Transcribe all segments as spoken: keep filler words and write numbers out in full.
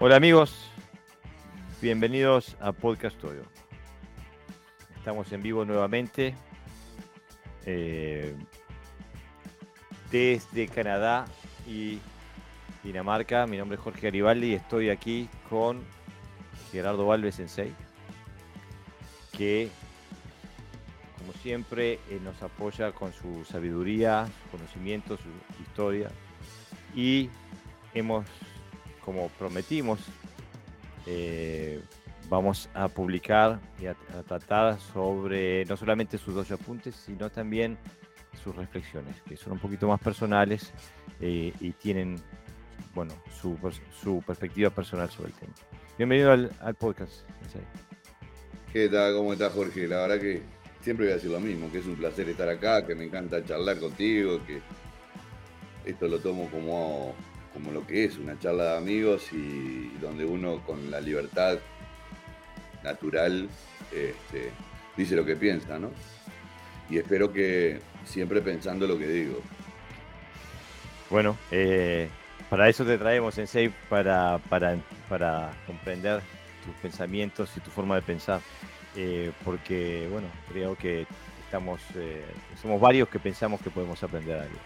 Hola amigos, bienvenidos a Podcast Toyo. Estamos en vivo nuevamente eh, desde Canadá y Dinamarca. Mi nombre es Jorge Garibaldi y estoy aquí con Gerardo Valves Sensei, que como siempre eh, nos apoya con su sabiduría, conocimiento, su historia, y hemos, como prometimos, eh, vamos a publicar y a, a tratar sobre no solamente sus dos apuntes, sino también sus reflexiones, que son un poquito más personales eh, y tienen, bueno, su, su perspectiva personal sobre el tema. Bienvenido al, al podcast. ¿Qué tal? ¿Cómo estás, Jorge? La verdad que siempre voy a decir lo mismo, que es un placer estar acá, que me encanta charlar contigo, que esto lo tomo como, como lo que es, una charla de amigos y donde uno con la libertad natural este, dice lo que piensa, ¿no? Y espero que siempre pensando lo que digo. Bueno, eh, para eso te traemos, Sensei, para, para, para comprender tus pensamientos y tu forma de pensar. Eh, porque, bueno, creo que estamos, eh, somos varios que pensamos que podemos aprender algo.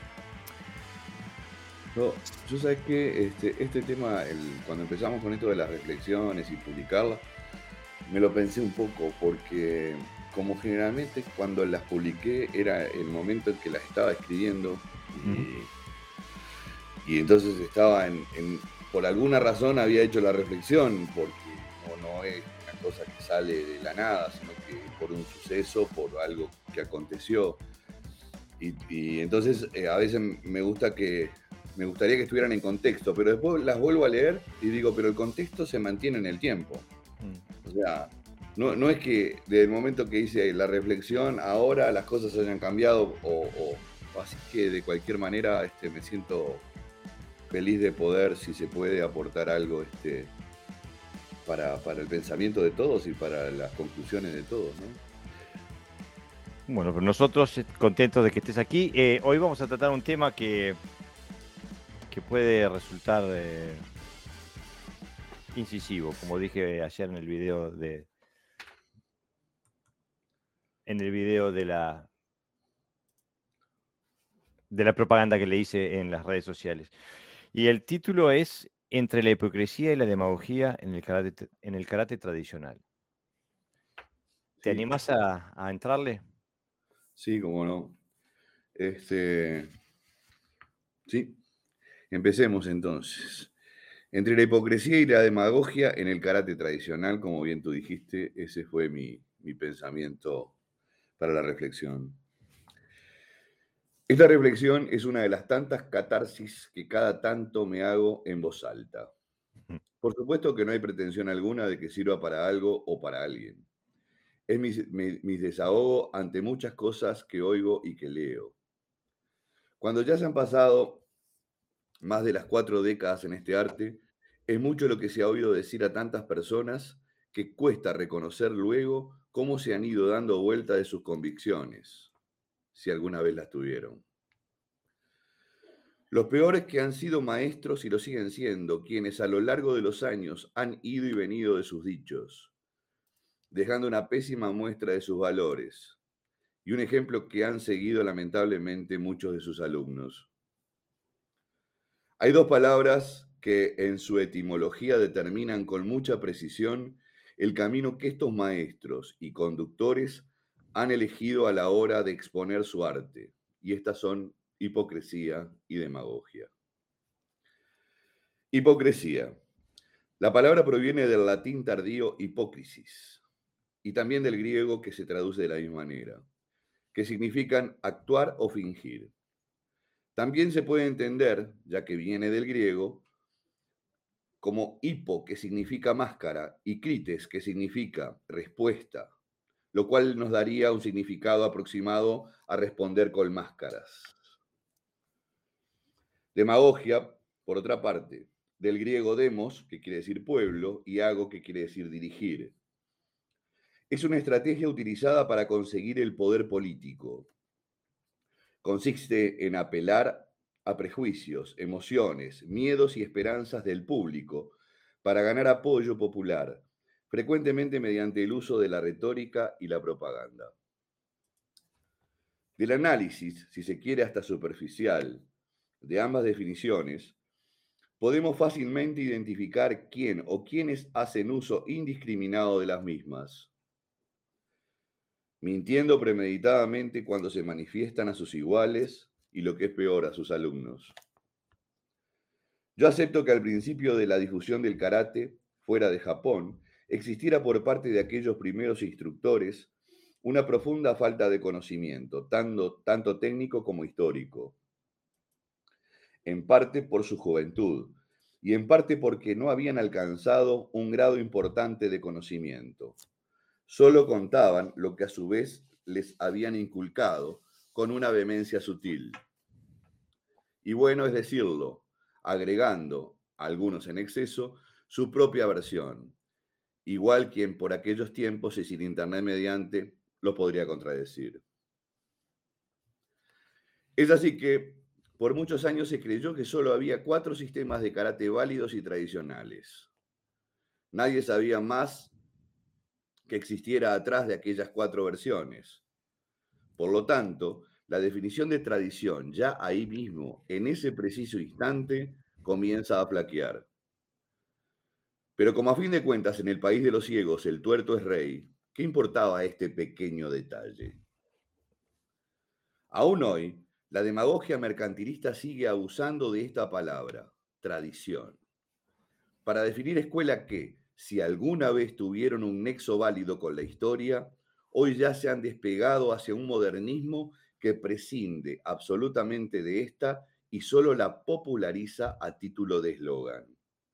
Yo, yo sabes que este, este tema, el, cuando empezamos con esto de las reflexiones y publicarlas, me lo pensé un poco porque como generalmente cuando las publiqué era el momento en que las estaba escribiendo y, Uh-huh. y entonces estaba en, en, por alguna razón había hecho la reflexión, porque no, no es una cosa que sale de la nada, sino que por un suceso, por algo que aconteció. Y, y entonces eh, a veces me gusta que, me gustaría que estuvieran en contexto, pero después las vuelvo a leer y digo, pero el contexto se mantiene en el tiempo. Mm. O sea, no, no es que desde el momento que hice la reflexión ahora las cosas hayan cambiado o, o, o así que de cualquier manera este, me siento feliz de poder, si se puede, aportar algo este, para, para el pensamiento de todos y para las conclusiones de todos, ¿no? Bueno, pero nosotros contentos de que estés aquí. Eh, hoy vamos a tratar un tema que, que puede resultar eh, incisivo, como dije ayer en el video de en el video de la de la propaganda que le hice en las redes sociales. Y el título es Entre la hipocresía y la demagogía en el karate, en el karate tradicional. ¿Te Sí. animás a, a entrarle? Sí, cómo no. Este, sí, empecemos entonces. Entre la hipocresía y la demagogia en el karate tradicional, como bien tú dijiste, ese fue mi, mi pensamiento para la reflexión. Esta reflexión es una de las tantas catarsis que cada tanto me hago en voz alta. Por supuesto que no hay pretensión alguna de que sirva para algo o para alguien. Es mi, mi, mi desahogo ante muchas cosas que oigo y que leo. Cuando ya se han pasado más de las cuatro décadas en este arte, es mucho lo que se ha oído decir a tantas personas que cuesta reconocer luego cómo se han ido dando vuelta de sus convicciones, si alguna vez las tuvieron. Los peores que han sido maestros y lo siguen siendo, quienes a lo largo de los años han ido y venido de sus dichos, dejando una pésima muestra de sus valores y un ejemplo que han seguido lamentablemente muchos de sus alumnos. Hay dos palabras que en su etimología determinan con mucha precisión el camino que estos maestros y conductores han elegido a la hora de exponer su arte, y estas son hipocresía y demagogia. Hipocresía. La palabra proviene del latín tardío hipócrisis y también del griego que se traduce de la misma manera, que significan actuar o fingir. También se puede entender, ya que viene del griego, como hipo, que significa máscara, y krites, que significa respuesta, lo cual nos daría un significado aproximado a responder con máscaras. Demagogia, por otra parte, del griego demos, que quiere decir pueblo, y hago, que quiere decir dirigir. Es una estrategia utilizada para conseguir el poder político. Consiste en apelar a prejuicios, emociones, miedos y esperanzas del público para ganar apoyo popular, frecuentemente mediante el uso de la retórica y la propaganda. Del análisis, si se quiere hasta superficial, de ambas definiciones, podemos fácilmente identificar quién o quiénes hacen uso indiscriminado de las mismas, mintiendo premeditadamente cuando se manifiestan a sus iguales y, lo que es peor, a sus alumnos. Yo acepto que al principio de la difusión del karate, fuera de Japón, existiera por parte de aquellos primeros instructores una profunda falta de conocimiento, tanto, tanto técnico como histórico, en parte por su juventud y en parte porque no habían alcanzado un grado importante de conocimiento. Solo contaban lo que a su vez les habían inculcado con una vehemencia sutil. Y bueno es decirlo, agregando, algunos en exceso, su propia versión. Igual quien por aquellos tiempos y sin internet mediante lo podría contradecir. Es así que por muchos años se creyó que solo había cuatro sistemas de karate válidos y tradicionales. Nadie sabía más que existiera atrás de aquellas cuatro versiones. Por lo tanto, la definición de tradición, ya ahí mismo, en ese preciso instante, comienza a flaquear. Pero como a fin de cuentas en el país de los ciegos el tuerto es rey, ¿qué importaba este pequeño detalle? Aún hoy, la demagogia mercantilista sigue abusando de esta palabra, tradición, para definir escuela que, si alguna vez tuvieron un nexo válido con la historia, hoy ya se han despegado hacia un modernismo que prescinde absolutamente de esta y solo la populariza a título de eslogan.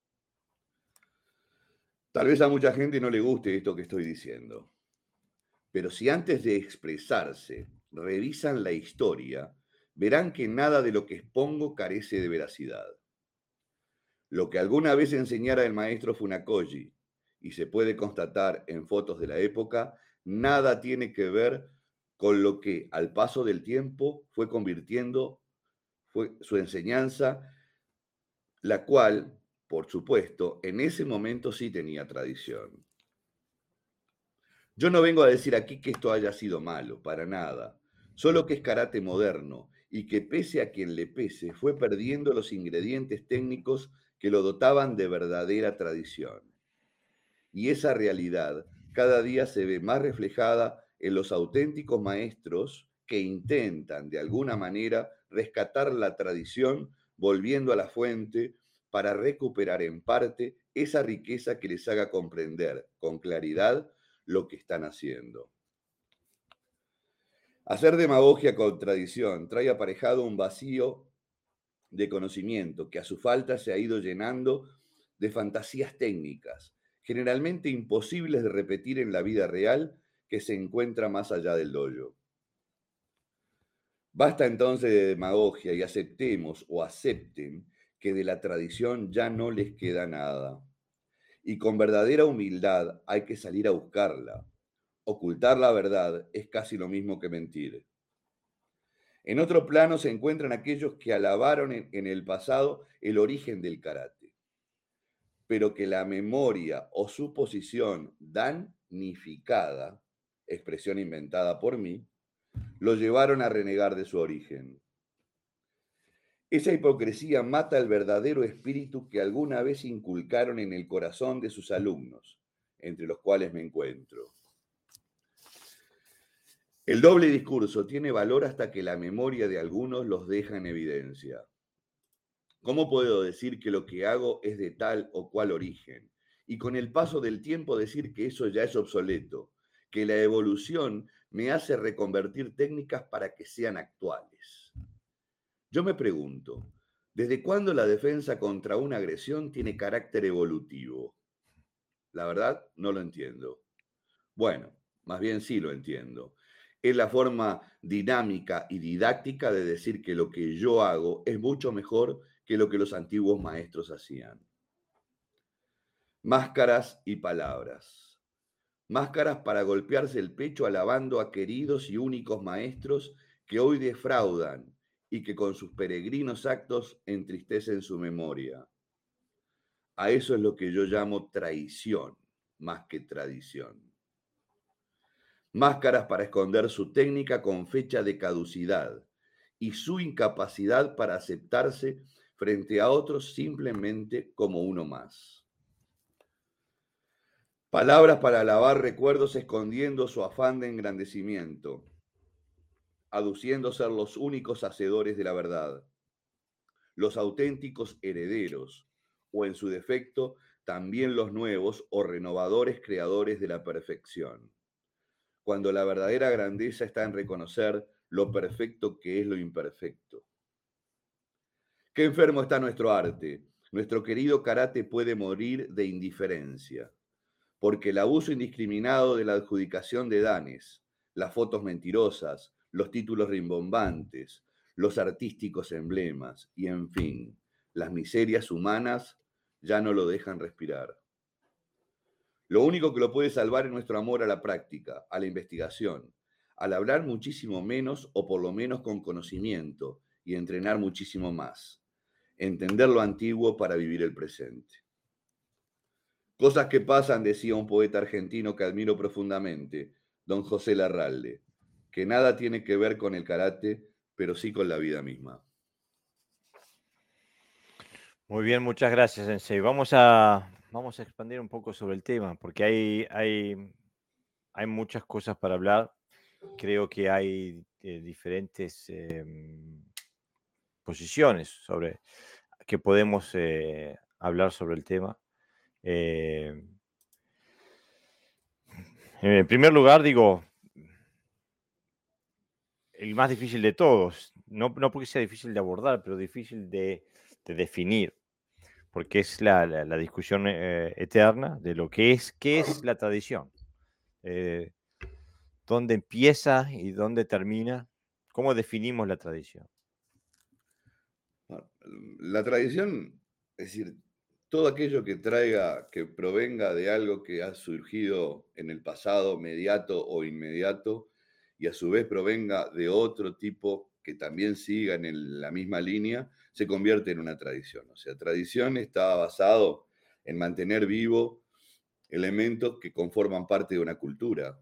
Tal vez a mucha gente no le guste esto que estoy diciendo, pero si antes de expresarse revisan la historia, verán que nada de lo que expongo carece de veracidad. Lo que alguna vez enseñara el maestro Funakoshi, y se puede constatar en fotos de la época, nada tiene que ver con lo que al paso del tiempo fue convirtiendo fue su enseñanza, la cual, por supuesto, en ese momento sí tenía tradición. Yo no vengo a decir aquí que esto haya sido malo, para nada, solo que es karate moderno y que pese a quien le pese, fue perdiendo los ingredientes técnicos que lo dotaban de verdadera tradición. Y esa realidad cada día se ve más reflejada en los auténticos maestros que intentan de alguna manera rescatar la tradición volviendo a la fuente para recuperar en parte esa riqueza que les haga comprender con claridad lo que están haciendo. Hacer demagogia con tradición trae aparejado un vacío de conocimiento que a su falta se ha ido llenando de fantasías técnicas, generalmente imposibles de repetir en la vida real que se encuentra más allá del dojo. Basta entonces de demagogia y aceptemos o acepten que de la tradición ya no les queda nada. Y con verdadera humildad hay que salir a buscarla. Ocultar la verdad es casi lo mismo que mentir. En otro plano se encuentran aquellos que alabaron en, en el pasado el origen del karate, pero que la memoria o suposición damnificada, expresión inventada por mí, lo llevaron a renegar de su origen. Esa hipocresía mata el verdadero espíritu que alguna vez inculcaron en el corazón de sus alumnos, entre los cuales me encuentro. El doble discurso tiene valor hasta que la memoria de algunos los deja en evidencia. ¿Cómo puedo decir que lo que hago es de tal o cual origen? Y con el paso del tiempo decir que eso ya es obsoleto, que la evolución me hace reconvertir técnicas para que sean actuales. Yo me pregunto, ¿desde cuándo la defensa contra una agresión tiene carácter evolutivo? La verdad, no lo entiendo. Bueno, más bien sí lo entiendo. Es la forma dinámica y didáctica de decir que lo que yo hago es mucho mejor que lo que los antiguos maestros hacían. Máscaras y palabras. Máscaras para golpearse el pecho alabando a queridos y únicos maestros que hoy defraudan y que con sus peregrinos actos entristecen su memoria. A eso es lo que yo llamo traición, más que tradición. Máscaras para esconder su técnica con fecha de caducidad y su incapacidad para aceptarse frente a otros simplemente como uno más. Palabras para lavar recuerdos escondiendo su afán de engrandecimiento, aduciendo ser los únicos hacedores de la verdad, los auténticos herederos, o en su defecto, también los nuevos o renovadores creadores de la perfección. Cuando la verdadera grandeza está en reconocer lo perfecto que es lo imperfecto. Qué enfermo está nuestro arte. Nuestro querido karate puede morir de indiferencia, porque el abuso indiscriminado de la adjudicación de danes, las fotos mentirosas, los títulos rimbombantes, los artísticos emblemas y, en fin, las miserias humanas ya no lo dejan respirar. Lo único que lo puede salvar es nuestro amor a la práctica, a la investigación, al hablar muchísimo menos o por lo menos con conocimiento y entrenar muchísimo más. Entender lo antiguo para vivir el presente. Cosas que pasan, decía un poeta argentino que admiro profundamente, don José Larralde, que nada tiene que ver con el karate, pero sí con la vida misma. Muy bien, muchas gracias, Sensei. Vamos a, vamos a expandir un poco sobre el tema, porque hay, hay, hay muchas cosas para hablar. Creo que hay eh, diferentes eh, posiciones sobre que podemos eh, hablar sobre el tema. Eh, en primer lugar, digo, el más difícil de todos, no, no porque sea difícil de abordar, pero difícil de, de definir, porque es la, la, la discusión eh, eterna de lo que es, qué es la tradición, eh, dónde empieza y dónde termina, cómo definimos la tradición. La tradición, es decir, todo aquello que traiga, que provenga de algo que ha surgido en el pasado, mediato o inmediato, y a su vez provenga de otro tipo que también siga en el, la misma línea, se convierte en una tradición. O sea, tradición está basado en mantener vivo elementos que conforman parte de una cultura.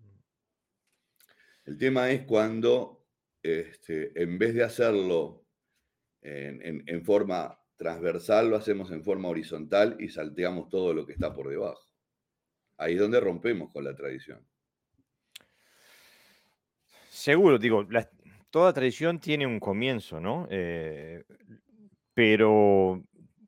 El tema es cuando, este, en vez de hacerlo en, en, en forma transversal, lo hacemos en forma horizontal y salteamos todo lo que está por debajo. Ahí es donde rompemos con la tradición. Seguro, digo, la, toda tradición tiene un comienzo, ¿no? Eh, pero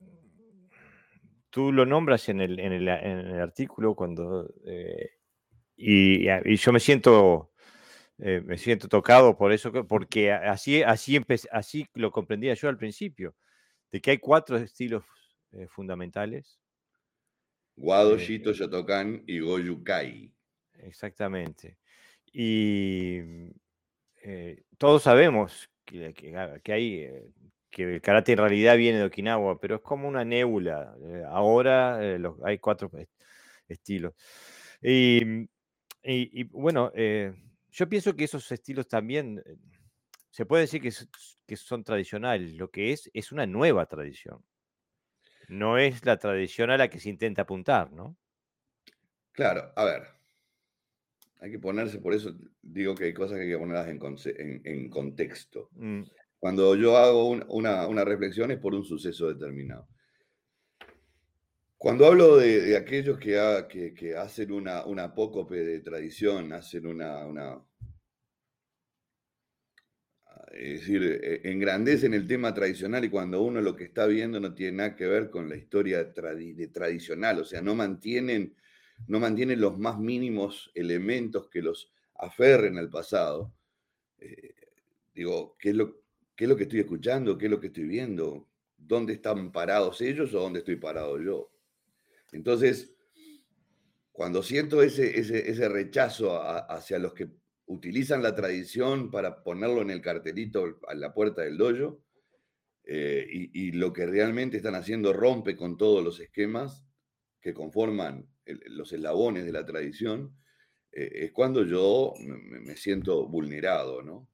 tú lo nombras en el, en el, en el artículo cuando... Eh, y, y, yo me siento, eh, me siento tocado por eso, porque así, así, empecé, así lo comprendía yo al principio, de que hay cuatro estilos eh, fundamentales. Wado, eh, Shito, Shotokan y Goju-Kai. Exactamente. Y eh, todos sabemos que, que, que hay... Eh, que el karate en realidad viene de Okinawa, pero es como una nébula. Eh, ahora eh, los, hay cuatro estilos. Y, y, y bueno, eh, yo pienso que esos estilos también eh, se puede decir que, que son tradicionales. Lo que es es una nueva tradición. No es la tradición a la que se intenta apuntar, ¿no? Claro, a ver. Hay que ponerse, por eso digo que hay cosas que hay que ponerlas en, en, en contexto. Mm. Cuando yo hago un, una, una reflexión es por un suceso determinado. Cuando hablo de, de aquellos que, ha, que, que, hacen una, una apócope de tradición, hacen una, una, es decir, engrandecen el tema tradicional y cuando uno lo que está viendo no tiene nada que ver con la historia tradi de tradicional, o sea, no mantienen, no mantienen los más mínimos elementos que los aferren al pasado. Eh, digo, ¿qué es, lo, ¿qué es lo que estoy escuchando? ¿Qué es lo que estoy viendo? ¿Dónde están parados ellos o dónde estoy parado yo? Entonces, cuando siento ese, ese, ese rechazo a, hacia los que utilizan la tradición para ponerlo en el cartelito a la puerta del dojo, eh, y, y lo que realmente están haciendo rompe con todos los esquemas que conforman el, los eslabones de la tradición, eh, es cuando yo me, me siento vulnerado, ¿no?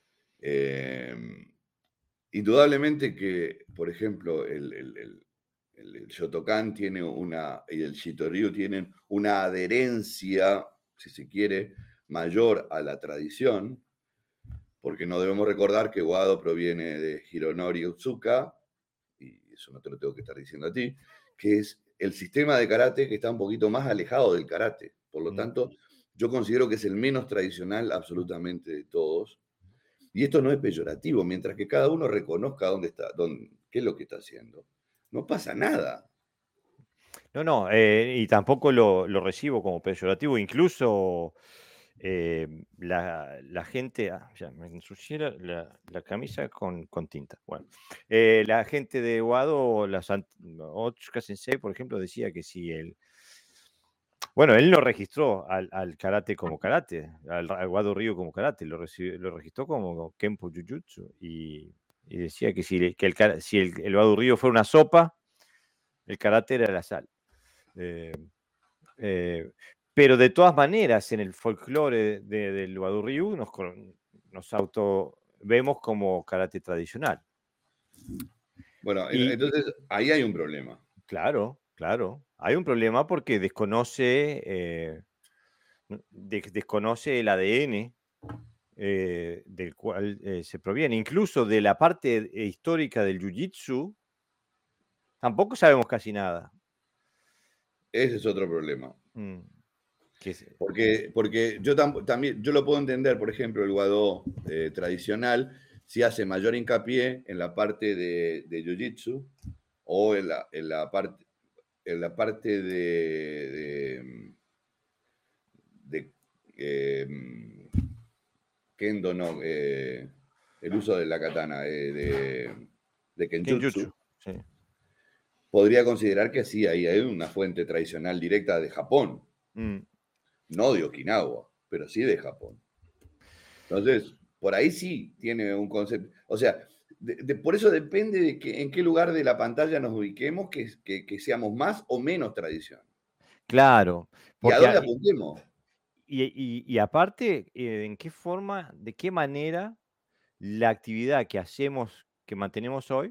Eh, indudablemente que, por ejemplo, el, el, el, el, el Shotokan tiene una, y el Shitoryu tienen una adherencia, si se quiere, mayor a la tradición, porque no debemos recordar que Wado proviene de Hironori Otsuka, y eso no te lo tengo que estar diciendo a ti, que es el sistema de karate que está un poquito más alejado del karate. Por lo tanto, yo considero que es el menos tradicional absolutamente de todos. Y esto no es peyorativo, mientras que cada uno reconozca dónde está, dónde, qué es lo que está haciendo. No pasa nada. No, no, eh, y tampoco lo, lo recibo como peyorativo. Incluso eh, la, la gente, ah, ya me ensucié la, la- la camisa con, con tinta. Bueno, eh, la gente de Wado, la Sant- Otsuka Sensei, por ejemplo, decía que si él, bueno, él no registró al, al karate como karate, al, al Wado Ryu como karate, lo, reci- lo registró como Kenpo Jujutsu y, y decía que si, le- que el, kara- si el, el Wado Ryu fuera una sopa, el karate era la sal. Eh, eh, pero de todas maneras, en el folclore de, del Wado Ryu nos, con- nos auto vemos como karate tradicional. Bueno, en- Y entonces ahí hay un problema. claro, claro, hay un problema porque desconoce, eh, n- de- desconoce el A D N eh, del cual eh, se proviene. Incluso de la parte eh, histórica del Jiu-Jitsu, tampoco sabemos casi nada. Ese es otro problema. Mm, que es- Porque, porque yo tam- también yo lo puedo entender, por ejemplo, el Wado eh, tradicional, si hace mayor hincapié en la parte de, de Jiu-Jitsu o en la, en la parte, en la parte de, de, de, eh, Kendo, no, eh, el uso de la katana, eh, de, de Kenjutsu, Kenjutsu, sí. podría considerar que sí, ahí hay una fuente tradicional directa de Japón, Mm. no de Okinawa, pero sí de Japón. Entonces, por ahí sí tiene un concepto. O sea, de, de, por eso depende de que, en qué lugar de la pantalla nos ubiquemos, que, que, que seamos más o menos tradición. Claro, ¿Y a porque dónde hay- apuntemos? y, y- y aparte, eh, ¿en qué forma, de qué manera la actividad que hacemos, que mantenemos hoy,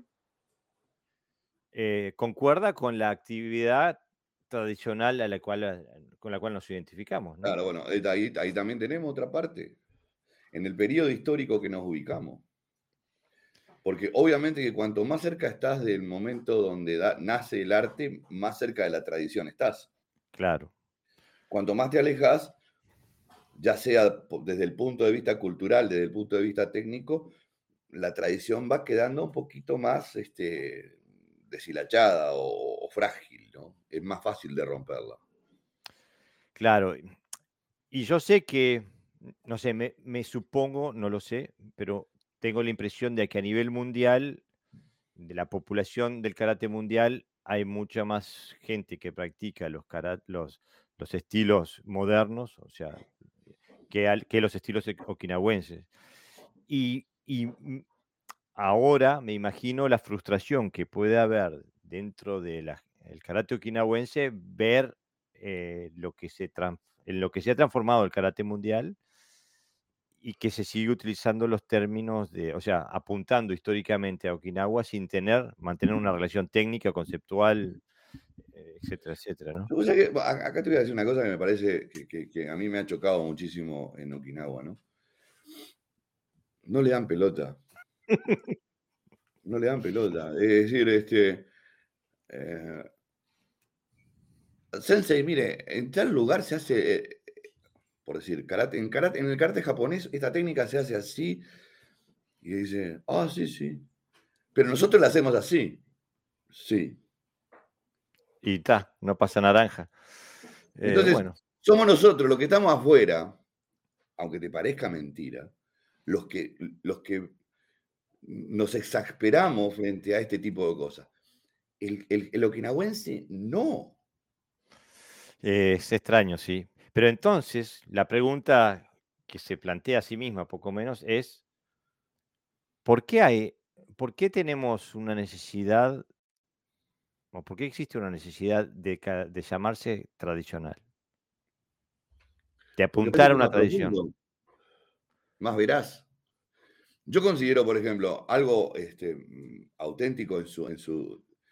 eh, concuerda con la actividad tradicional a la cual, eh, con la cual nos identificamos, ¿no? Claro, bueno, ahí, ahí también tenemos otra parte. En el periodo histórico que nos ubicamos. Porque obviamente que cuanto más cerca estás del momento donde da, nace el arte, más cerca de la tradición estás. Claro, Cuanto más te alejas, ya sea desde el punto de vista cultural, desde el punto de vista técnico, la tradición va quedando un poquito más este, deshilachada o, o frágil, ¿no? Es más fácil de romperla. claro. Y yo sé que, no sé, me, me supongo, no lo sé, pero tengo la impresión de que a nivel mundial, de la población del karate mundial, hay mucha más gente que practica los, kara- los, los estilos modernos, o sea, que, al- que los estilos e- okinawenses. Y, y, mm, ahora me imagino la frustración que puede haber dentro del karate okinawense, ver eh, lo que se tran- en lo que se ha transformado el karate mundial y que se sigue utilizando los términos de, o sea, apuntando históricamente a Okinawa sin tener, mantener una relación técnica, conceptual, eh, etcétera, etcétera, ¿no? O sea que, acá te voy a decir una cosa que me parece que, que, que a mí me ha chocado muchísimo en Okinawa, ¿no? No le dan pelota, no le dan pelota. Es decir, este, eh, Sensei, mire, en tal lugar se hace, eh, por decir, karate, en, karate, en el karate japonés esta técnica se hace así, y dice, ah, sí, sí, pero nosotros la hacemos así, sí. Y ta, no pasa naranja. Eh, Entonces, bueno, somos nosotros los que estamos afuera, aunque te parezca mentira, los que, los que nos exasperamos frente a este tipo de cosas. El, el, el okinawense no. eh, es extraño, sí. Pero entonces, la pregunta que se plantea a sí misma, poco menos, es, ¿por qué hay, por qué tenemos una necesidad, o por qué existe una necesidad de, ca- de llamarse tradicional, de Porque parece apuntar que a es una más tradición? profundo, más veraz. Yo considero, por ejemplo, algo este, auténtico en su, en su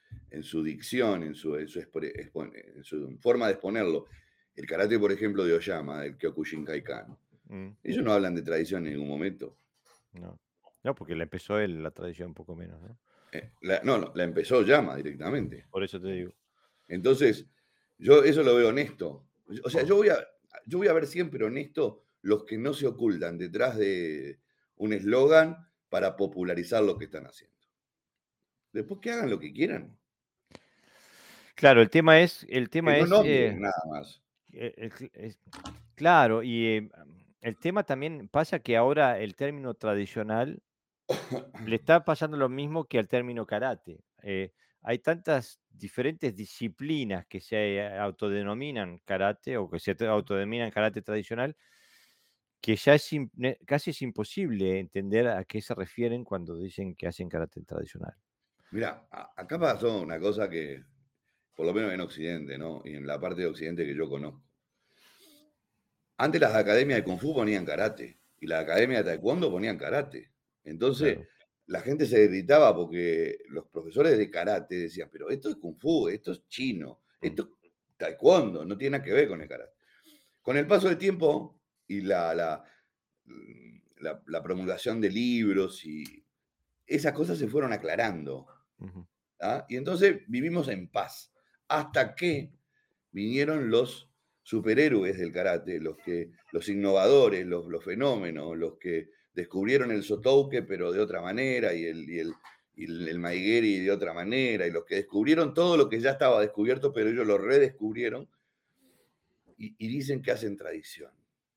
en su dicción, en su, en su, en su forma de exponerlo. El karate, por ejemplo, de Oyama, el Kyokushinkai-kan. Mm. Ellos no hablan de tradición en ningún momento. No, no porque la empezó él, la tradición un poco menos, ¿no? Eh, la, no, no, la empezó Oyama directamente. Por eso te digo. Entonces, yo eso lo veo honesto. O sea, yo voy a, yo voy a ver siempre honesto los que no se ocultan detrás de un eslogan para popularizar lo que están haciendo. Después que hagan lo que quieran. Claro, el tema es, el tema que no es nombren eh, nada más. Eh, es, claro, y eh, el tema también pasa que ahora el término tradicional le está pasando lo mismo que al término karate. Eh, hay tantas diferentes disciplinas que se eh, autodenominan karate o que se autodenominan karate tradicional que ya es im- ne- casi es imposible entender a qué se refieren cuando dicen que hacen karate tradicional. Mira, acá pasó una cosa que, por lo menos en Occidente, ¿no? Y en la parte de Occidente que yo conozco. Antes las academias de Kung Fu ponían karate y las academias de Taekwondo ponían karate. Entonces, claro, la gente se irritaba porque los profesores de karate decían, pero esto es Kung Fu, esto es chino, esto es Taekwondo, no tiene nada que ver con el karate. Con el paso del tiempo y la, la, la, la promulgación de libros y esas cosas se fueron aclarando. Uh-huh. ¿Ah? Y entonces vivimos en paz. Hasta que vinieron los superhéroes del karate, los, que, los innovadores, los, los fenómenos, los que descubrieron el sotouke pero de otra manera y el, y el, y el, el maigeri de otra manera, y los que descubrieron todo lo que ya estaba descubierto, pero ellos lo redescubrieron y, y dicen que hacen tradición.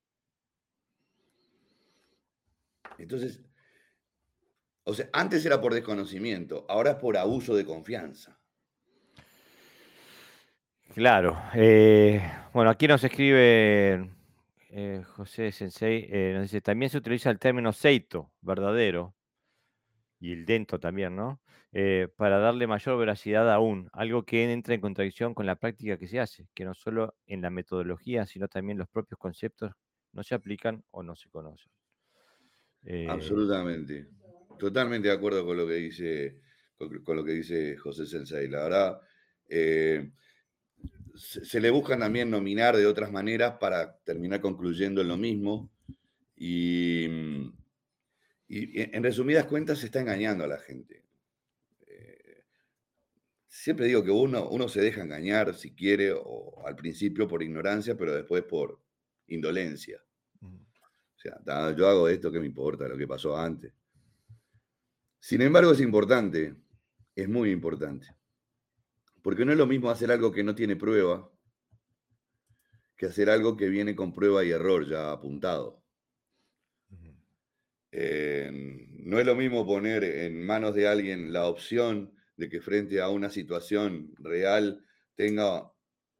Entonces, o sea, antes era por desconocimiento, ahora es por abuso de confianza. Claro. Eh, bueno, aquí nos escribe eh, José Sensei, eh, nos dice, también se utiliza el término seito, verdadero, y el dento también, ¿no? Eh, para darle mayor veracidad aún, algo que entra en contradicción con la práctica que se hace, que no solo en la metodología, sino también los propios conceptos no se aplican o no se conocen. Eh, Absolutamente. Totalmente de acuerdo con lo que dice, con, con lo que dice José Sensei. La verdad, eh, se, se le buscan también nominar de otras maneras para terminar concluyendo en lo mismo. Y, y en resumidas cuentas se está engañando a la gente. Eh, siempre digo que uno, uno se deja engañar si quiere, o al principio por ignorancia, pero después por indolencia. O sea, yo hago esto, ¿qué me importa lo que pasó antes? Sin embargo, es importante, es muy importante. Porque no es lo mismo hacer algo que no tiene prueba que hacer algo que viene con prueba y error ya apuntado. Eh, no es lo mismo poner en manos de alguien la opción de que frente a una situación real tenga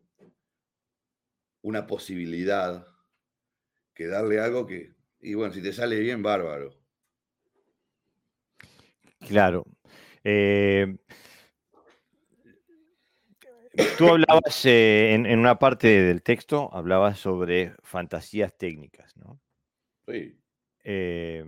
una posibilidad que darle algo que, y bueno, si te sale bien, bárbaro. Claro. Eh, tú hablabas eh, en, en una parte del texto, hablabas sobre fantasías técnicas, ¿no? Sí. Eh,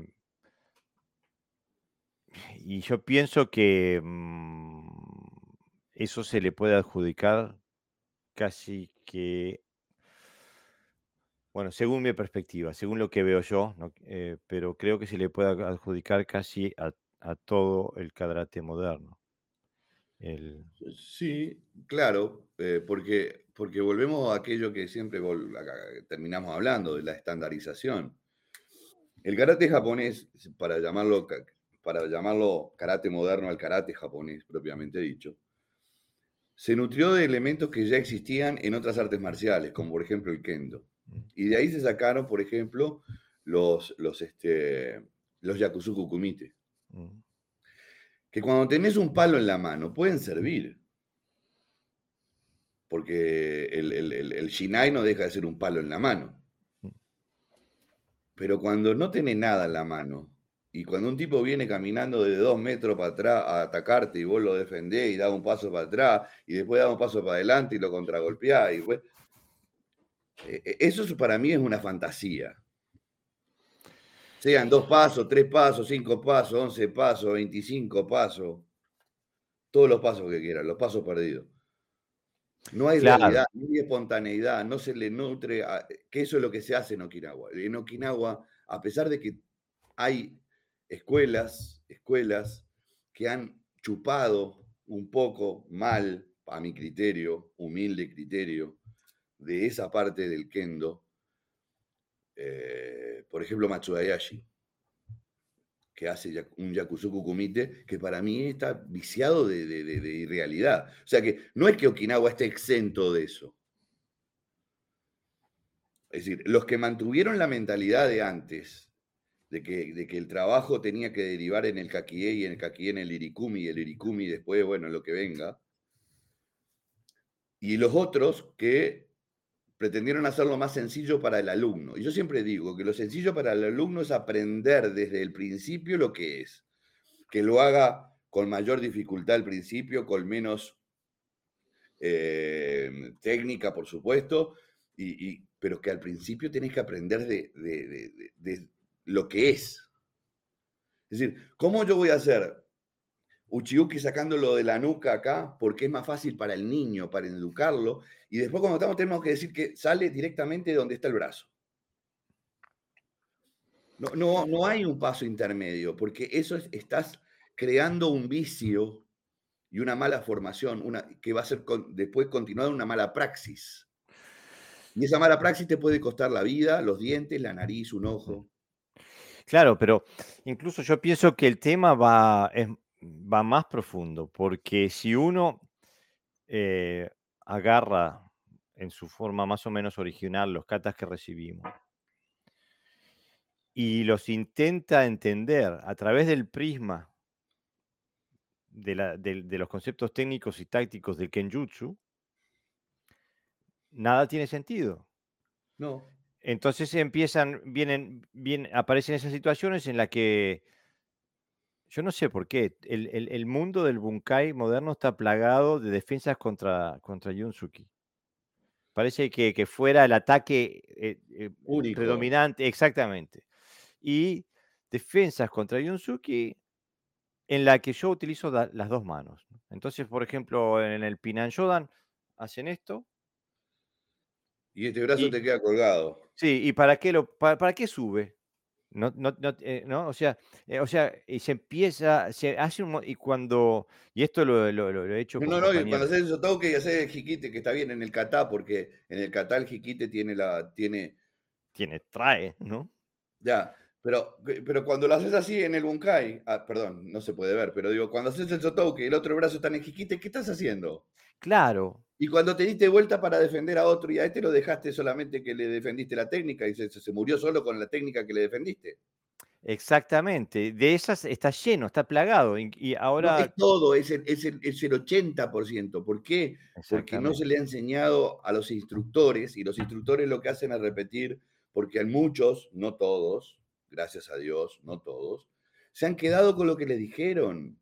y yo pienso que mmm, eso se le puede adjudicar casi que, bueno, según mi perspectiva, según lo que veo yo, ¿no? Eh, pero creo que se le puede adjudicar casi a, a todo el karate moderno. El... Sí, claro, eh, porque, porque volvemos a aquello que siempre terminamos hablando, de la estandarización. El karate japonés, para llamarlo, para llamarlo karate moderno al karate japonés propiamente dicho, se nutrió de elementos que ya existían en otras artes marciales, como por ejemplo el kendo. Y de ahí se sacaron, por ejemplo, los, los, este, los yakuzuku kumite. Que cuando tenés un palo en la mano pueden servir. Porque el, el, el, el shinai no deja de ser un palo en la mano. Pero cuando no tenés nada en la mano, y cuando un tipo viene caminando de dos metros para atrás a atacarte y vos lo defendés y das un paso para atrás y después das un paso para adelante y lo contragolpeás, y después... eso para mí es una fantasía. Sean dos pasos, tres pasos, cinco pasos, once pasos, veinticinco pasos. todos los pasos que quieran, los pasos perdidos. No hay Claro, realidad, no hay espontaneidad, no se le nutre, a- que eso es lo que se hace en Okinawa. En Okinawa, a pesar de que hay escuelas, escuelas que han chupado un poco mal, a mi criterio, humilde criterio, de esa parte del kendo, eh, por ejemplo, Matsudayashi, que hace ya- un Yakusoku Kumite, que para mí está viciado de, de, de, de irrealidad. O sea que no es que Okinawa esté exento de eso. Es decir, los que mantuvieron la mentalidad de antes, de que, de que el trabajo tenía que derivar en el Kakie y en el Kakie en el Irikumi y el Irikumi después, bueno, en lo que venga, y los otros que pretendieron hacerlo más sencillo para el alumno. Y yo siempre digo que lo sencillo para el alumno es aprender desde el principio lo que es, que lo haga con mayor dificultad al principio, con menos eh, técnica, por supuesto, y, y, pero que al principio tenés que aprender de, de, de, de, lo que es. Es decir, ¿cómo yo voy a hacer Uchiuki sacándolo de la nuca acá? Porque es más fácil para el niño, para educarlo, y después cuando estamos tenemos que decir que sale directamente de donde está el brazo. No, no, no hay un paso intermedio, porque eso es, estás creando un vicio y una mala formación, una, que va a ser con, después continuada una mala praxis. Y esa mala praxis te puede costar la vida, los dientes, la nariz, un ojo. claro, pero incluso yo pienso que el tema va, es- va más profundo, porque si uno eh, agarra en su forma más o menos original los katas que recibimos y los intenta entender a través del prisma de, la- del- de los conceptos técnicos y tácticos del Kenjutsu, nada tiene sentido. No, Entonces empiezan, vienen, vienen, aparecen esas situaciones en las que yo no sé por qué el, el- el mundo del Bunkai moderno está plagado de defensas contra, contra Yunsuki. Parece que, que fuera el ataque eh, eh, único. predominante, exactamente. Y defensas contra Yunsuki en la que yo utilizo da- las dos manos, ¿no? Entonces, por ejemplo, en el Pinan Shodan hacen esto Y este brazo y te queda colgado. sí, ¿y para qué lo para, para qué sube? No, no, no, eh, ¿no? O sea, eh, o sea, y se empieza, se hace un mo- y cuando, y esto lo, lo- lo- lo he hecho No, con no, no, y cuando compañeros, haces eso toque y haces el jiquite, que está bien en el kata, porque en el kata el jiquite tiene la, tiene, tiene, trae, ¿no? ya, pero, pero cuando lo haces así en el bunkai, ah, perdón, no se puede ver, pero digo, cuando haces el sotoke y el otro brazo está en el jiquite, ¿qué estás haciendo? Claro, Y cuando te diste vuelta para defender a otro y a este lo dejaste solamente que le defendiste la técnica y se, se murió solo con la técnica que le defendiste. exactamente. De esas está lleno, está plagado. Y, y No, es ahora, todo, es el, es el, es el ochenta por ciento. ¿Por qué? Porque no se exactamente, le ha enseñado a los instructores y los instructores lo que hacen es repetir, porque a muchos, no todos, gracias a Dios, no todos, se han quedado con lo que les dijeron.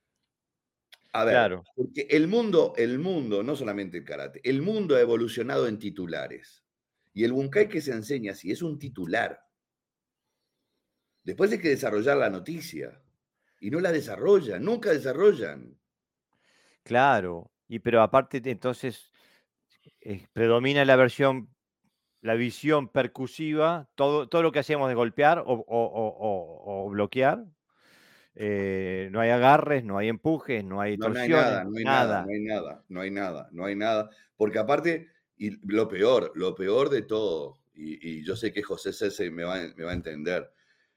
A ver, claro, porque el mundo, el mundo, no solamente el karate, el mundo ha evolucionado en titulares. Y el bunkai que se enseña si es un titular. Después hay que desarrollar la noticia. Y no la desarrollan, nunca desarrollan. claro. Y pero aparte, de- entonces, eh, predomina la versión, la visión percusiva, todo, todo lo que hacemos de golpear o, o- o- o- o bloquear. Eh, no hay agarres, no hay empujes, no hay No, no hay torsiones, nada, no hay nada, no nada. hay nada, no hay nada, no hay nada. Porque aparte, y lo peor, lo peor de todo, y, y yo sé que José Cese me va, me va a entender.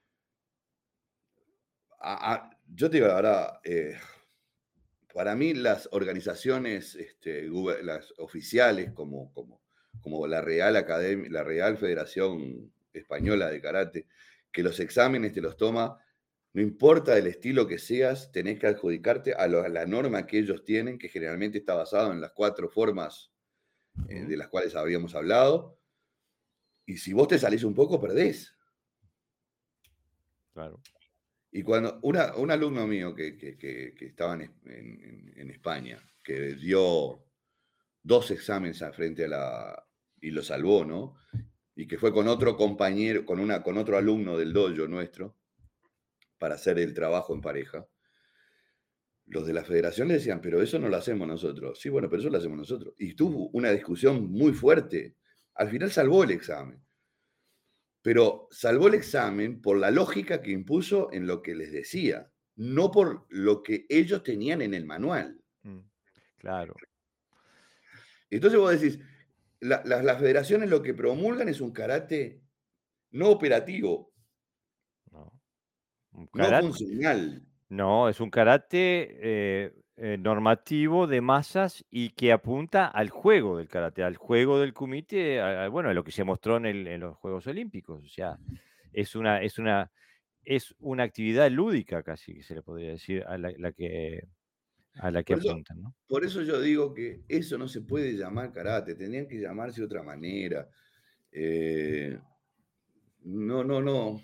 A- a- yo te digo la verdad, eh, para mí las organizaciones este, guber- las oficiales como, como, como la Real Academia, la Real Federación Española de Karate, que los exámenes te los toma, no importa el estilo que seas, tenés que adjudicarte a, lo- a la norma que ellos tienen, que generalmente está basado en las cuatro formas eh, Ujú, de las cuales habíamos hablado, y si vos te salís un poco, perdés. claro. Y cuando una, un alumno mío que, que, que, que estaba en, en, en España, que dio dos exámenes a frente a la. Y lo salvó, ¿no? Y que fue con otro compañero, con, una, con otro alumno del dojo nuestro, para hacer el trabajo en pareja. los de la federación le decían, pero eso no lo hacemos nosotros. Sí, bueno, pero eso lo hacemos nosotros. Y tuvo una discusión muy fuerte. Al final salvó el examen. Pero salvó el examen por la lógica que impuso en lo que les decía, no por lo que ellos tenían en el manual. Mm, claro. Entonces vos decís, la- la- las federaciones lo que promulgan es un karate no operativo, No. Un no karate, funcional. no, es un karate eh, eh, normativo de masas y que apunta al juego del karate, al juego del kumite, a- a- bueno, a lo que se mostró en, el- en los Juegos Olímpicos. O sea, es una, es una, es una actividad lúdica casi que se le podría decir a la, la que, a la que Por eso, apuntan, ¿no? por eso yo digo que eso no se puede llamar karate, tendrían que llamarse de otra manera. Eh, no, no, no.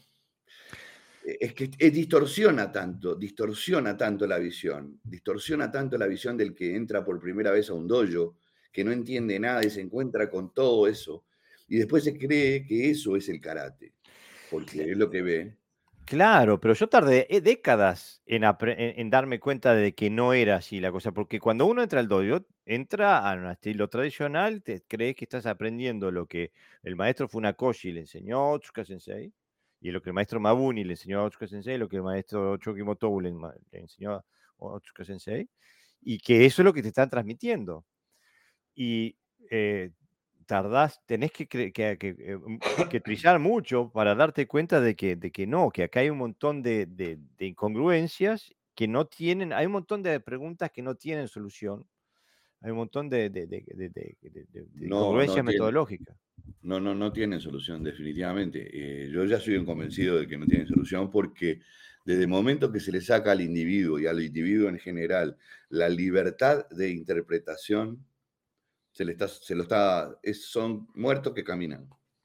Es que es- distorsiona tanto, distorsiona tanto la visión, distorsiona tanto la visión del que entra por primera vez a un dojo, que no entiende nada y se encuentra con todo eso, y después se cree que eso es el karate, porque es lo que ve. Claro, pero yo tardé, eh, décadas en apre en en darme cuenta de que no era así la cosa, porque cuando uno entra al dojo, entra a un estilo tradicional, te crees que estás aprendiendo lo que el maestro Funakoshi le enseñó a Otsuka Sensei, y lo que el maestro Mabuni le enseñó a Otsuka Sensei, lo que el maestro Choki Motobu le enma le enseñó a Otsuka Sensei, y que eso es lo que te están transmitiendo. Y, eh, tardás, tenés que cre que que, eh, mm, que trillar mucho para darte cuenta de que de que no, que acá hay un montón de de de incongruencias que no tienen hay un montón de preguntas que no tienen solución. Hay un montón de de de de de de de de No, no incongruencias tiene, metodológicas. no, no, no tiene solución, definitivamente. Eh, yo ya soy un convencido de que no tiene solución porque desde el momento que se le saca al individuo y al individuo en general la libertad de interpretación, se le está, se lo está, es- son muertos que caminan.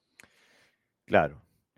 Claro.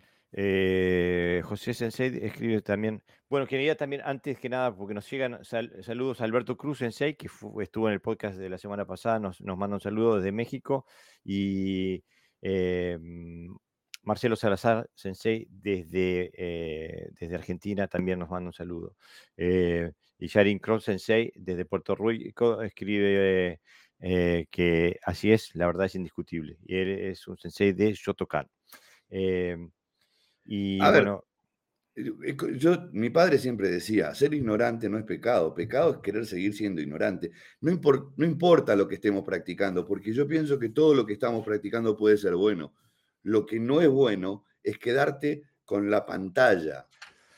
Eh, José Sensei escribe también, bueno, quería también, antes que nada, porque nos llegan sal- saludos a Alberto Cruz Sensei, que fu- estuvo en el podcast de la semana pasada, nos, nos manda un saludo desde México, y eh, mm, Marcelo Salazar Sensei desde, eh, desde Argentina también nos manda un saludo. Eh, y Sharin Cross Sensei desde Puerto Rico escribe eh, que así es, la verdad es indiscutible, y él es un sensei de Shotokan. Eh, y A ver, bueno, eh, yo, mi padre siempre decía, ser ignorante no es pecado, pecado es querer seguir siendo ignorante. No, impor- no importa lo que estemos practicando, porque yo pienso que todo lo que estamos practicando puede ser bueno. Lo que no es bueno es quedarte con la pantalla.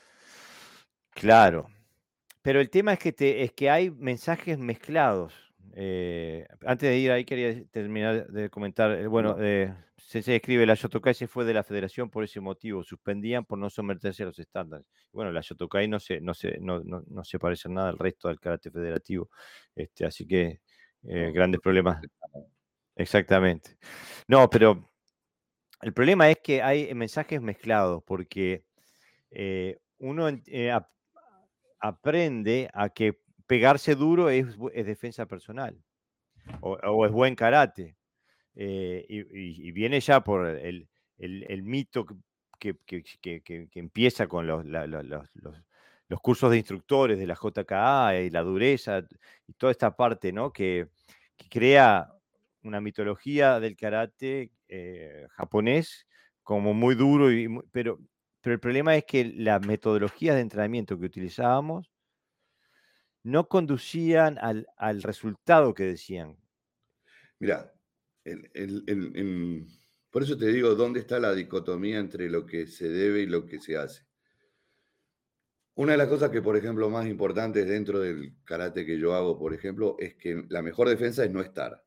claro, pero el tema es que te es que hay mensajes mezclados. Eh, antes de ir ahí quería terminar de comentar, eh, bueno, No, eh, se se escribe: "La Shotokai se fue de la federación por ese motivo, suspendían por no someterse a los estándares". Bueno, la Shotokai no se no se no no no se parece en nada al resto del karate federativo, este, así que, eh, no, grandes no se problemas parece nada. exactamente. No, pero el problema es que hay mensajes mezclados, porque, eh, uno en eh, ap aprende a que pegarse duro es bu es defensa personal, o o es buen karate, eh, y y y viene ya por el el el mito que que que que que empieza con los la la los los los cursos de instructores de la J K A y la dureza, y toda esta parte, ¿no? Que que crea una mitología del karate, eh, japonés como muy duro y muy pero pero el problema es que las metodologías de entrenamiento que utilizábamos no conducían al al resultado que decían. Mira, el- el- el- en- por eso te digo, ¿dónde está la dicotomía entre lo que se debe y lo que se hace? Una de las cosas que, por ejemplo, más importantes dentro del karate que yo hago, por ejemplo, es que la mejor defensa es no estar.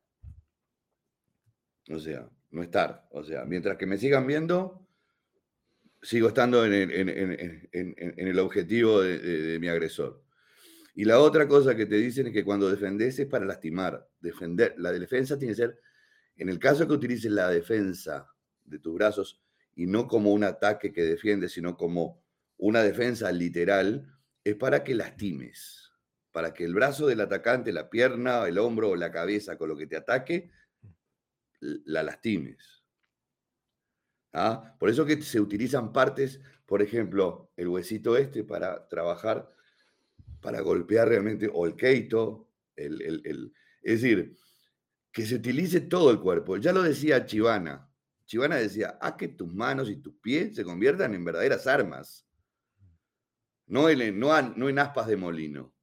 O sea, no estar. O sea, mientras que me sigan viendo, sigo estando en el, en- en- en- en- en el objetivo de, de- de mi agresor. Y la otra cosa que te dicen es que cuando defendés es para lastimar. Defender, la defensa tiene que ser, en el caso que utilices la defensa de tus brazos y no como un ataque que defiende, sino como una defensa literal, es para que lastimes, para que el brazo del atacante, la pierna, el hombro o la cabeza con lo que te ataque, la lastimes. ¿Ah? Por eso que se utilizan partes, por ejemplo, el huesito este para trabajar para golpear realmente, o el keito, el, el- el- es decir, que se utilice todo el cuerpo. Ya lo decía Chivana. Chivana decía, haz que tus manos y tus pies se conviertan en verdaderas armas, no en, no, a- no en aspas de molino.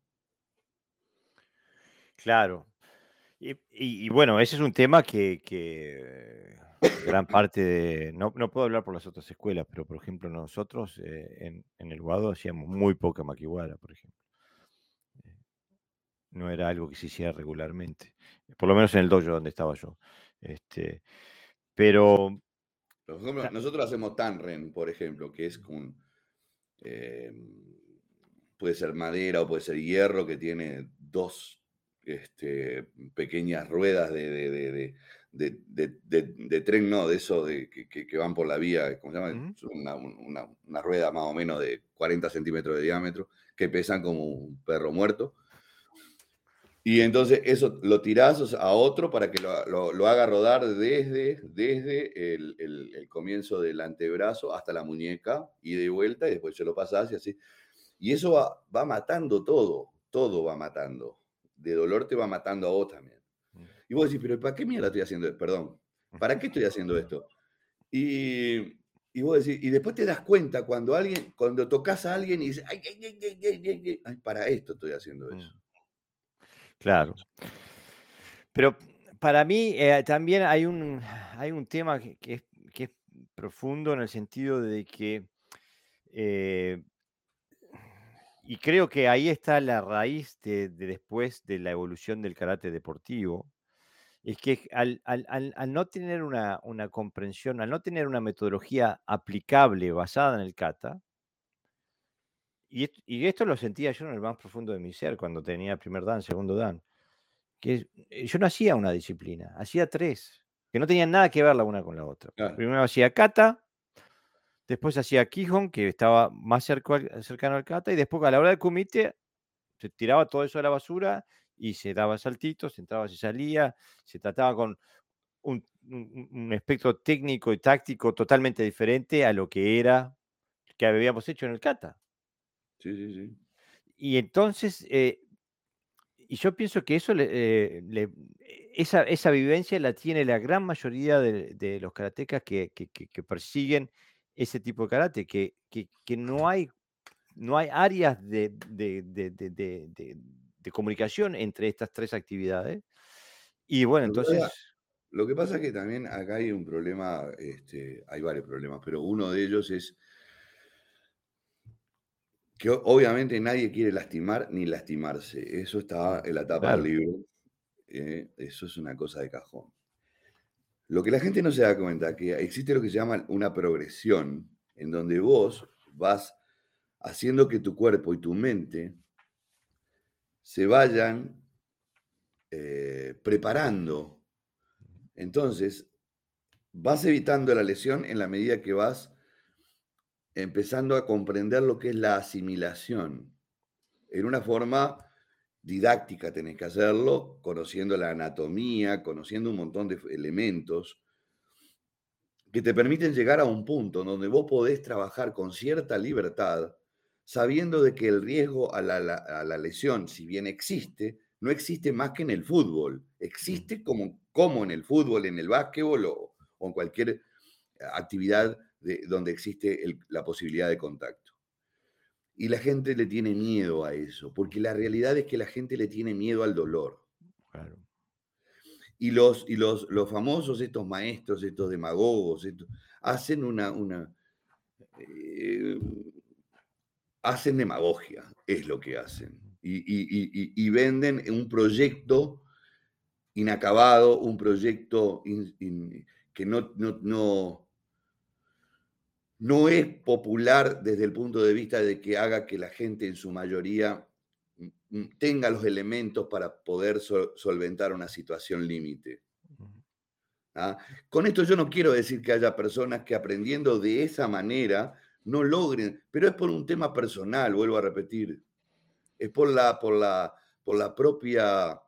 Claro. Y, y- y bueno, ese es un tema que, que gran parte de, no, no puedo hablar por las otras escuelas, pero por ejemplo nosotros eh, en, en el Guado hacíamos muy poca maquiwara, por ejemplo. No era algo que se hiciera regularmente, por lo menos en el dojo donde estaba yo. Este, pero, Por ejemplo, ta- nosotros hacemos Tanren, por ejemplo, que es con, eh, puede ser madera o puede ser hierro, que tiene dos este, pequeñas ruedas de, de, de, de, de- de- de- de tren, no, de eso de, que, que- que van por la vía, ¿cómo se llama? ujú, Es Una, una, una rueda más o menos de cuarenta centímetros de diámetro, que pesan como un perro muerto. Y entonces eso lo tirás, o sea, a otro para que lo, lo- lo haga rodar desde, desde el, el- el comienzo del antebrazo hasta la muñeca y de vuelta, y después se lo pasás y así. Y eso va, va matando todo, todo va matando. De dolor te va matando a vos también. mm, Y vos decís, pero ¿para qué mierda estoy haciendo esto? Perdón, ¿para ujú, qué estoy haciendo esto? Y, y vos decís, y después te das cuenta cuando alguien, cuando tocas a alguien y dices, ay, ay, ay, ay, ay, ay, ay, ay, para esto estoy haciendo mm, eso. claro. Pero para mí eh, también hay un, hay un tema que, que es, que es profundo en el sentido de que, eh, y creo que ahí está la raíz de, de después de la evolución del karate deportivo, es que al, al- al- al no tener una, una comprensión, al no tener una metodología aplicable basada en el kata, y, est- y esto lo sentía yo en el más profundo de mi ser cuando tenía primer dan, segundo dan, que eh, yo no hacía una disciplina, hacía tres, que no tenían nada que ver la una con la otra. Claro, Primero hacía kata, después hacía Kihon, que estaba más cerco al- cercano al kata, y después a la hora del kumite se tiraba todo eso a la basura y se daba saltitos, se entraba, se salía, se trataba con un, un- un espectro técnico y táctico totalmente diferente a lo que era, que habíamos hecho en el kata. sí, sí, sí. Y entonces, eh, y yo pienso que eso le, eh, le- esa, esa vivencia la tiene la gran mayoría de, de los karatecas que, que- que- que persiguen ese tipo de karate, que, que- que no hay, no hay áreas de, de- de- de- de- de- de comunicación entre estas tres actividades. Y bueno, Lo que pasa, entonces, lo que pasa es que también acá hay un problema, este, hay varios problemas, pero uno de ellos es que o- obviamente nadie quiere lastimar ni lastimarse. Eso está en la tapa del claro, libro. eh, eso es una cosa de cajón. Lo que la gente no se da cuenta que existe lo que se llama una progresión, en donde vos vas haciendo que tu cuerpo y tu mente se vayan eh, preparando. Entonces, vas evitando la lesión en la medida que vas empezando a comprender lo que es la asimilación. En una forma didáctica tenés que hacerlo, conociendo la anatomía, conociendo un montón de elementos que te permiten llegar a un punto donde vos podés trabajar con cierta libertad, sabiendo de que el riesgo a la, la- a la lesión, si bien existe, no existe más que en el fútbol. mm, Existe como, como en el fútbol, en el básquetbol o, o en cualquier actividad de- donde existe el- la posibilidad de contacto. Y la gente le tiene miedo a eso, porque la realidad es que la gente le tiene miedo al dolor. claro. Y los, y los, los famosos, estos maestros, estos demagogos, estos, hacen una, una eh, hacen demagogia, es lo que hacen. Y, y- y- y venden un proyecto inacabado, un proyecto in- in- que no, no, no, no es popular desde el punto de vista de que haga que la gente en su mayoría mm, mm, tenga los elementos para poder sol- solventar una situación límite. Mm. ¿Ah? Con esto yo no quiero decir que haya personas que aprendiendo de esa manera no logren, pero es por un tema personal, vuelvo a repetir, es por la, por la, por la propia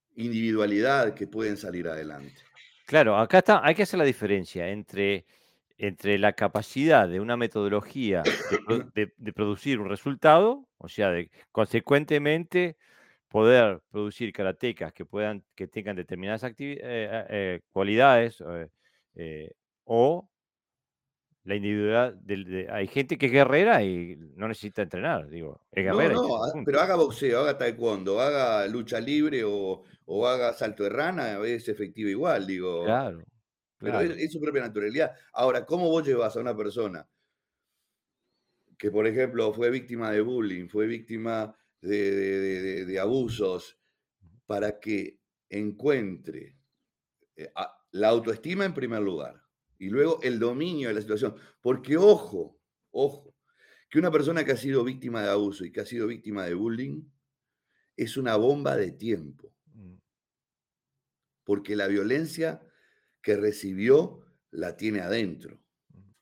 individualidad que pueden salir adelante. Claro, acá está, hay que hacer la diferencia entre entre la capacidad de una metodología de, pro- de- de producir un resultado, o sea, de consecuentemente poder producir karatecas que puedan, que tengan determinadas activi- eh, eh, eh, cualidades, eh, eh, o la individualidad del- de- hay gente que es guerrera y no necesita entrenar, digo, es No, guerrera y no, ha- pero punto. haga boxeo, haga taekwondo, haga lucha libre o, o haga salto de rana, es efectivo igual, digo, Claro, pero es, claro. es su propia naturalidad. Ahora, ¿cómo vos llevas a una persona que, por ejemplo, fue víctima de bullying, fue víctima de, de- de- de- de abusos, para que encuentre eh, a- la autoestima en primer lugar y luego el dominio de la situación? Porque, ojo, ojo, que una persona que ha sido víctima de abuso y que ha sido víctima de bullying es una bomba de tiempo, Mm, porque la violencia que recibió la tiene adentro. mm.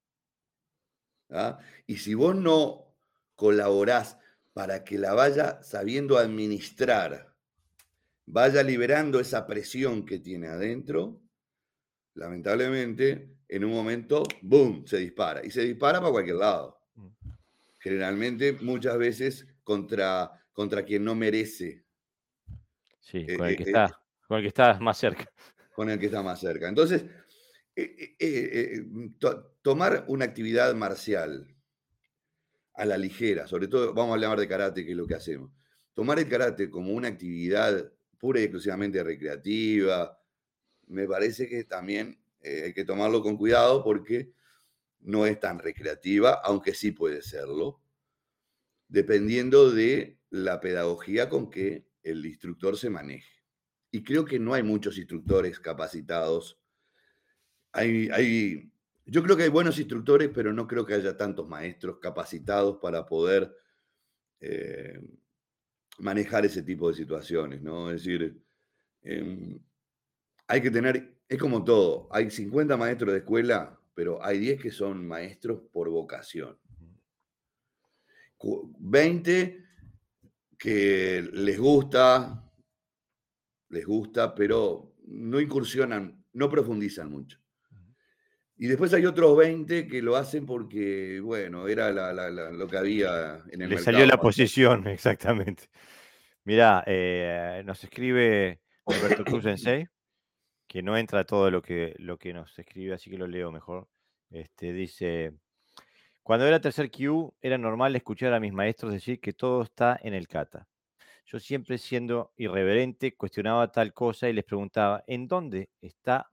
¿Ah? Y si vos no colaborás para que la vaya sabiendo administrar, vaya liberando esa presión que tiene adentro, lamentablemente, en un momento, ¡boom!, se dispara. Y se dispara para cualquier lado. Mm. Generalmente, muchas veces, contra, contra quien no merece, Sí, eh, con el eh, que eh, está, con el que está más cerca. con el que está más cerca. Entonces, eh, eh, eh, eh, to- tomar una actividad marcial a la ligera, sobre todo vamos a hablar de karate, que es lo que hacemos. Tomar el karate como una actividad pura y exclusivamente recreativa, me parece que también eh, hay que tomarlo con cuidado porque no es tan recreativa, aunque sí puede serlo, dependiendo de la pedagogía con que el instructor se maneje. Y creo que no hay muchos instructores capacitados. Hay, hay, yo creo que hay buenos instructores, pero no creo que haya tantos maestros capacitados para poder eh, manejar ese tipo de situaciones, ¿no? Es decir, eh, hay que tener, es como todo, hay cincuenta maestros de escuela, pero hay diez que son maestros por vocación. veinte que les gusta, les gusta, pero no incursionan, no profundizan mucho. Y después hay otros veinte que lo hacen porque, bueno, era la, la, la, lo que había en el Le salió mercado. la posición, exactamente. Mirá, eh, nos escribe Humberto Cruz Sensei, que no entra todo lo que, lo que nos escribe, así que lo leo mejor. Este, dice, cuando era tercer Q, era normal escuchar a mis maestros decir que todo está en el kata. Yo siempre siendo irreverente, cuestionaba tal cosa y les preguntaba, ¿en dónde está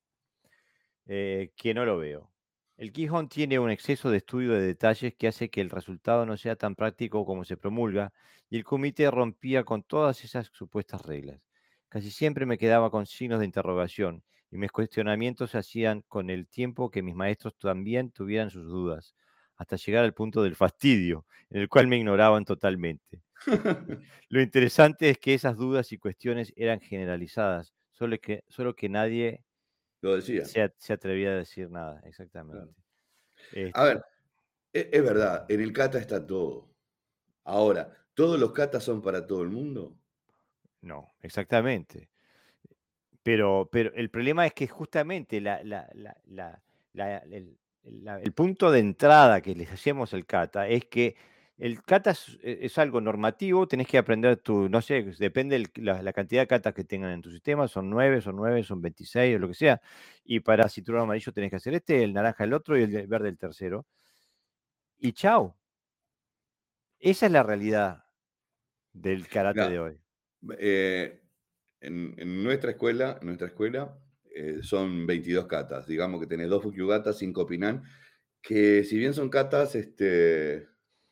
eh, que no lo veo? El Quijón tiene un exceso de estudio de detalles que hace que el resultado no sea tan práctico como se promulga, y el comité rompía con todas esas supuestas reglas. Casi siempre me quedaba con signos de interrogación, y mis cuestionamientos se hacían con el tiempo que mis maestros también tuvieran sus dudas, hasta llegar al punto del fastidio, en el cual me ignoraban totalmente. Lo interesante es que esas dudas y cuestiones eran generalizadas, solo que, solo que nadie Lo decía. se, a- se atrevía a decir nada, exactamente. Claro. A Este, ver, e- es verdad, en el kata está todo. Ahora, ¿todos los katas son para todo el mundo? no, exactamente. Pero, pero el problema es que justamente la, la- la- la- la- el, la- el punto de entrada que les hacemos al kata es que el kata es, e- es algo normativo, tenés que aprender tu, no sé, depende el- la, la cantidad de katas que tengan en tu sistema, son nueve, son nueve, son veintiséis o lo que sea, y para cinturón amarillo tenés que hacer este, el naranja el otro y el de- verde el tercero, y chao. Esa es la realidad del karate Mirá, de hoy. eh, en, en nuestra escuela, en nuestra escuela eh, son veintidós katas. Digamos que tenés dos fukyugatas, cinco pinan, que si bien son katas, este,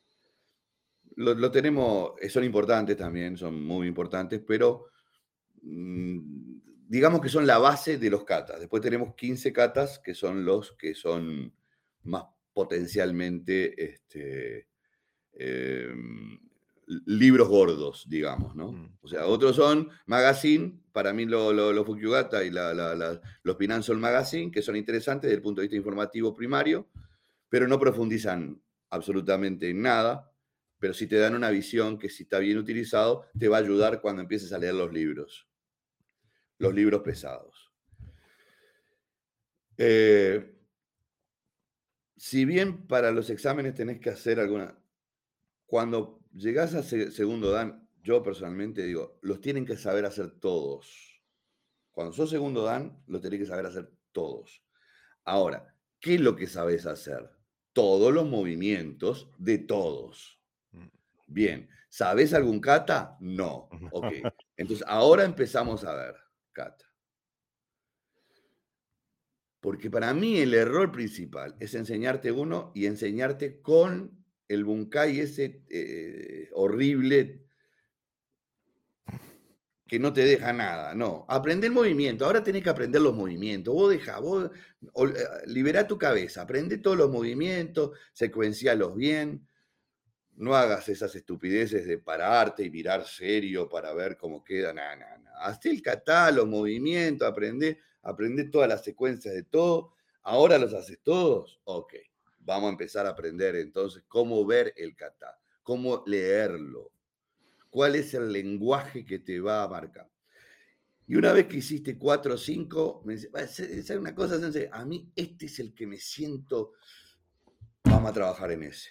lo, lo tenemos, eh, son importantes también, son muy importantes, pero mm, digamos que son la base de los katas. Después tenemos quince katas que son los que son más potencialmente este, eh, libros gordos, digamos, ¿no? Mm. O sea, otros son magazine, para mí los lo, lo Fukyugata y la, la, la, los Pinan son magazine, que son interesantes desde el punto de vista informativo primario, pero no profundizan absolutamente en nada, pero sí te dan una visión que si está bien utilizado, te va a ayudar cuando empieces a leer los libros, los libros pesados. Eh, si bien para los exámenes tenés que hacer alguna cuando llegás a se segundo dan, yo personalmente digo, los tienen que saber hacer todos. Cuando sos segundo dan, lo tenés que saber hacer todos. Ahora, ¿qué es lo que sabés hacer? Todos los movimientos de todos. Mm. Bien, ¿sabés algún kata? No. Ok. Entonces, ahora empezamos a ver kata. Porque para mí el error principal es enseñarte uno y enseñarte con el bunkai ese eh, horrible que no te deja nada, no. Aprende el movimiento, ahora tenés que aprender los movimientos. Vos dejá, vos ol- eh, liberá tu cabeza, aprende todos los movimientos, secuencialos bien. No hagas esas estupideces de pararte y mirar serio para ver cómo queda. Nada, nada, nada. Haz el kata, los movimientos, aprende, aprende todas las secuencias de todo. Ahora los haces todos. Ok, vamos a empezar a aprender entonces cómo ver el kata, cómo leerlo, cuál es el lenguaje que te va a marcar. Y una vez que hiciste cuatro o cinco, me dice, es una cosa, sensei, a mí este es el que me siento, vamos a trabajar en ese.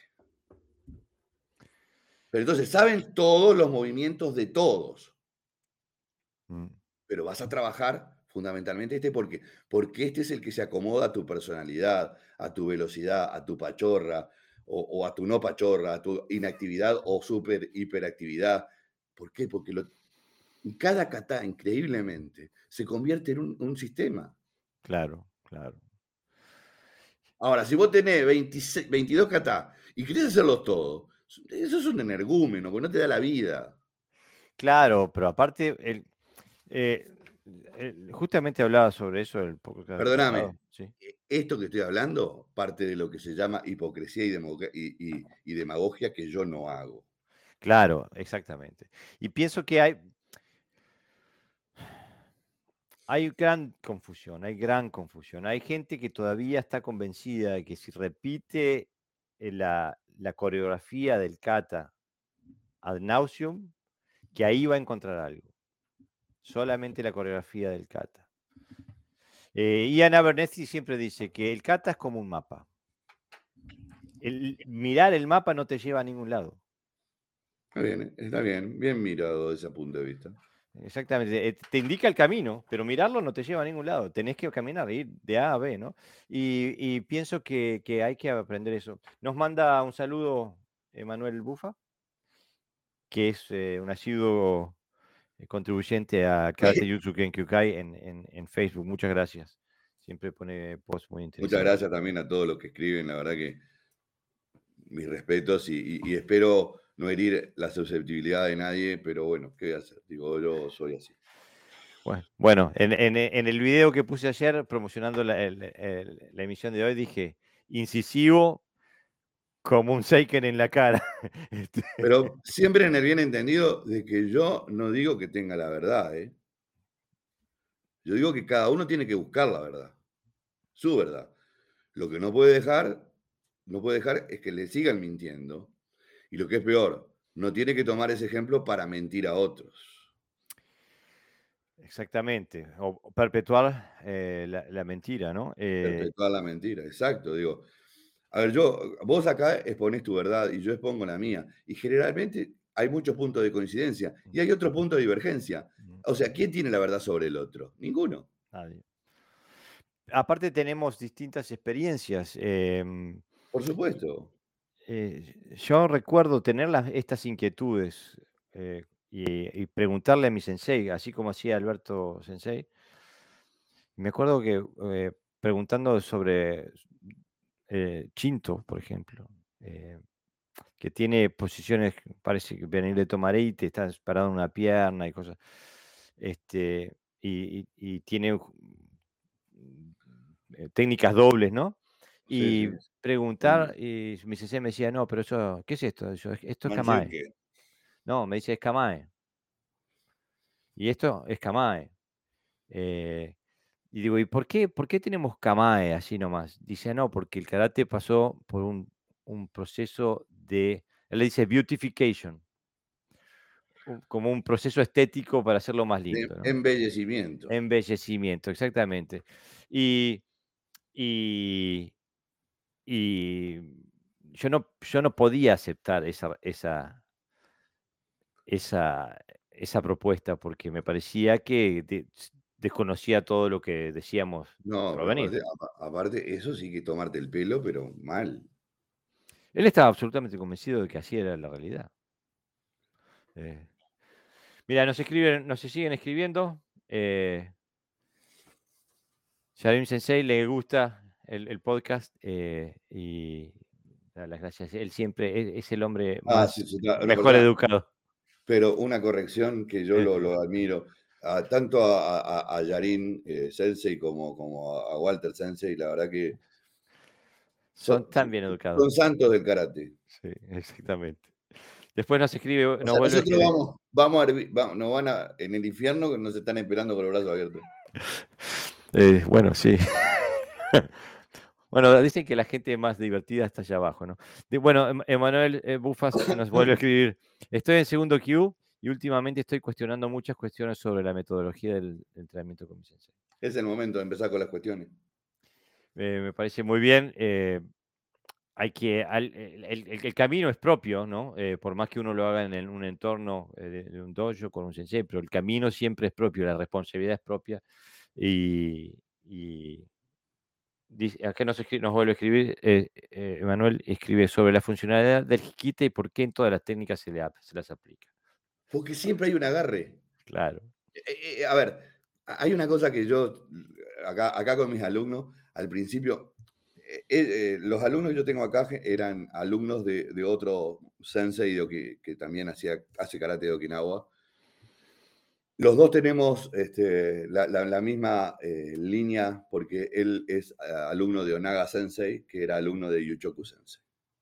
Pero entonces saben todos los movimientos de todos, Mm. pero vas a trabajar fundamentalmente este porque, porque este es el que se acomoda a tu personalidad, a tu velocidad, a tu pachorra o, o a tu no pachorra, a tu inactividad o super hiperactividad. ¿Por qué? Porque lo, cada kata, increíblemente, se convierte en un, un sistema. Claro, claro. Ahora, si vos tenés veintiséis, veintidós kata y querés hacerlos todos, eso es un energúmeno, porque no te da la vida. Claro, pero aparte, el, eh, el- justamente hablaba sobre eso el podcast pasado. Perdóname, Sí. e- esto que estoy hablando parte de lo que se llama hipocresía y, demoga- y- y- y demagogia que yo no hago. Claro, exactamente. Y pienso que hay, hay gran confusión, hay gran confusión. Hay gente que todavía está convencida de que si repite eh, la, la coreografía del kata ad nauseum, que ahí va a encontrar algo. Solamente la coreografía del kata. Eh, Ian Abernethy siempre dice que el kata es como un mapa. El, mirar el mapa no te lleva a ningún lado. Está bien, está bien, bien mirado desde ese punto de vista. Exactamente, eh, te indica el camino, pero mirarlo no te lleva a ningún lado. Tenés que caminar, ir de A a B, ¿no? Y, y pienso que, que hay que aprender eso. Nos manda un saludo Emanuel Bufa, que es eh, un asiduo eh, contribuyente a Karate Jutsu Kenkyukai en, en, en Facebook. Muchas gracias. Siempre pone posts muy Muchas interesantes. gracias también a todos los que escriben, la verdad que mis respetos y, y- y espero no herir la susceptibilidad de nadie, pero bueno, ¿qué voy a hacer? Digo, yo soy así. Bueno, bueno en, en- en el video que puse ayer promocionando la, el- el- la emisión de hoy dije, incisivo como un Seiken en la cara. Este, Pero siempre en el bien entendido de que yo no digo que tenga la verdad, ¿eh? Yo digo que cada uno tiene que buscar la verdad, su verdad. Lo que no puede dejar, no puede dejar es que le sigan mintiendo. Y lo que es peor, no tiene que tomar ese ejemplo para mentir a otros. Exactamente, o, o perpetuar eh, la, la mentira, ¿no? Eh, Perpetuar la mentira, exacto. Digo, a ver, yo, vos acá exponés tu verdad y yo expongo la mía. Y generalmente hay muchos puntos de coincidencia y hay otros puntos de divergencia. mm, O sea, ¿quién tiene la verdad sobre el otro? Ninguno. nadie. Aparte tenemos distintas experiencias. em, Por supuesto. eh, yo recuerdo tener las- estas inquietudes eh, y, y preguntarle a mi sensei, así como hacía Alberto Sensei. Me acuerdo que eh, preguntando sobre eh, Chinto, por ejemplo, eh, que tiene posiciones, parece que venir de Tomarite, está parado en una pierna y cosas. Este, y, y- y tiene mm, eh, técnicas dobles, ¿no? Sí, Y sí. preguntar, Mm. y mi sensei me decía, no, pero eso, ¿qué es esto? Yo, esto es Kamae. Manchuque. No, me dice, es Kamae. Y esto es Kamae. Eh, y digo, ¿y por qué, por qué tenemos Kamae así nomás? Dice, no, porque el karate pasó por un, un proceso de, él le dice beautification, un- como un proceso estético para hacerlo más De lindo, ¿no? embellecimiento. Embellecimiento, exactamente. Y, y, y yo no, yo no podía aceptar esa, esa, esa, esa propuesta porque me parecía que de- desconocía todo lo que decíamos No, pero provenir. aparte, apa- aparte, eso sí que tomarte el pelo, pero mal. Él estaba absolutamente convencido de que así era la realidad. Eh, mira, nos escriben, nos siguen escribiendo. Eh, Sharim Sensei le gusta el, el podcast eh, y da las gracias. Él siempre es, es el hombre Ah, sí, más sí, una una mejor persona, educado. pero una corrección que yo Eh, lo, lo admiro, a- tanto a, a, a Yarin eh, Sensei como, como a Walter Sensei, la verdad que Son son, tan bien educados. son santos del karate. Sí, exactamente. Después nos escribe, O nos sea, vuelve a nosotros escribir. vamos, vamos a, hervi- vamos- nos van a, en el infierno que nos están esperando con los brazos abiertos. Eh, bueno, sí. Bueno, dicen que la gente más divertida está allá abajo, ¿no? De- bueno, Em- Emanuel eh, Bufas nos vuelve a escribir. Estoy en segundo Q y últimamente estoy cuestionando muchas cuestiones sobre la metodología del entrenamiento con mi sensei. Es el momento de empezar con las cuestiones. Eh, me parece muy bien. eh, hay que, al- el, el- el- el camino es propio, ¿no? Eh, por más que uno lo haga en el- un entorno eh, de, de un dojo con un sensei, pero el camino siempre es propio, la responsabilidad es propia. Y, y dice- acá nos, escri- nos vuelve a escribir, eh, eh, Emanuel escribe sobre la funcionalidad del jiquite y por qué en todas las técnicas se, le ap- se las aplica. Porque siempre hay un agarre. Claro, Eh, eh, a ver, hay una cosa que yo, acá, acá con mis alumnos, al principio, eh, eh, los alumnos que yo tengo acá eran alumnos de, de otro sensei de Oki- que también hacía, hace karate de Okinawa. Los dos tenemos este, la, la- la misma eh, línea porque él es eh, alumno de Onaga Sensei, que era alumno de Yuchoku Sensei.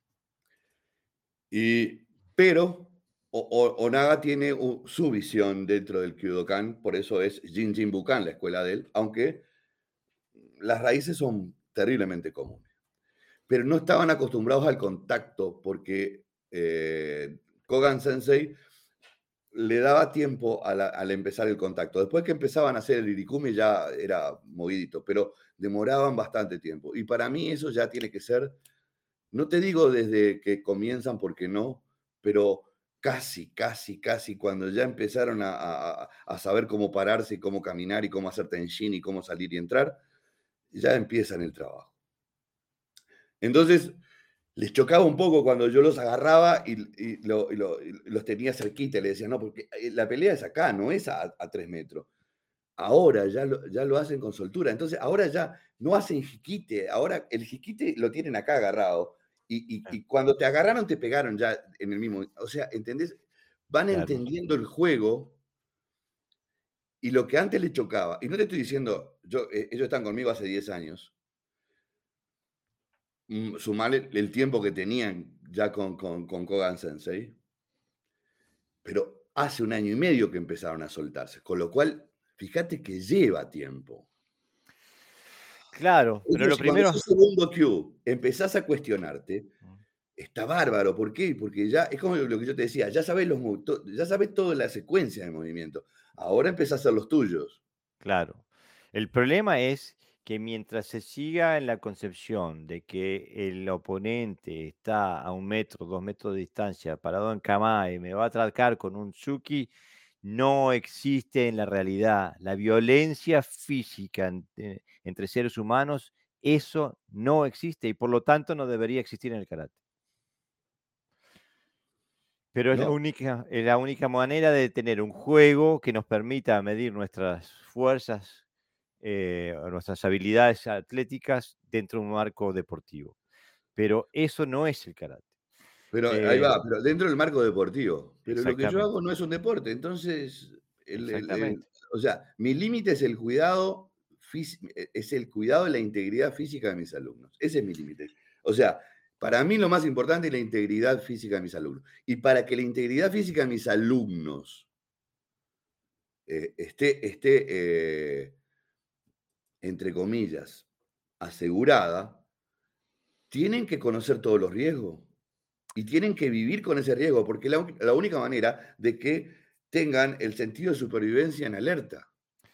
Y, pero o- o- Onaga tiene u- su visión dentro del Kyudokan, por eso es Jinjin Bukan, la escuela de él, aunque las raíces son terriblemente comunes. Pero no estaban acostumbrados al contacto porque eh, Kogan Sensei le daba tiempo a la- al empezar el contacto. Después que empezaban a hacer el irikumi ya era movidito, pero demoraban bastante tiempo. Y para mí eso ya tiene que ser, no te digo desde que comienzan porque no, pero casi, casi, casi cuando ya empezaron a, a- a saber cómo pararse y cómo caminar y cómo hacer tenshin y cómo salir y entrar, ya empiezan el trabajo. Entonces, les chocaba un poco cuando yo los agarraba y, y lo- y lo- y los tenía cerquita y le decía, no, porque eh, la pelea es acá, no es a, a tres metros. Ahora ya lo, ya lo hacen con soltura. Entonces, ahora ya no hacen jiquite. Ahora el jiquite lo tienen acá agarrado. Y, y- y cuando te agarraron, te pegaron ya en el mismo. O sea, ¿entendés? Van claro, entendiendo el juego y lo que antes les chocaba. Y no te estoy diciendo, yo, eh, ellos están conmigo hace diez años. Mm, Sumar el, el tiempo que tenían ya con, con, con Kogan Sensei. Pero hace un año y medio que empezaron a soltarse. Con lo cual, fíjate que lleva tiempo. claro, pero lo Entonces, cuando primero. sos segundo Q, empezás a cuestionarte, está bárbaro. ¿Por qué? Porque ya, es como lo que yo te decía, ya sabes, los, ya sabes toda la secuencia de movimiento. Ahora empezás a hacer los tuyos. Claro. El problema es que mientras se siga en la concepción de que el oponente está a un metro, dos metros de distancia, parado en cama y me va a atracar con un Tsuki, no existe en la realidad. La violencia física entre, entre seres humanos, eso no existe y por lo tanto no debería existir en el karate. Pero es la No, única, es la única manera de tener un juego que nos permita medir nuestras fuerzas eh, o nuestras habilidades atléticas dentro de un marco deportivo. Pero eso no es el karate. pero ahí Eh, va, pero dentro del marco deportivo. Pero lo que yo exactamente, hago no es un deporte. Entonces, el- el- el- exactamente. o sea, mi límite es el cuidado, fís- es el cuidado de la integridad física de mis alumnos. Ese es mi límite. O sea, para mí lo más importante es la integridad física de mis alumnos. Y para que la integridad física de mis alumnos eh, esté, esté eh, entre comillas, asegurada, tienen que conocer todos los riesgos y tienen que vivir con ese riesgo, porque es la, la única manera de que tengan el sentido de supervivencia en alerta.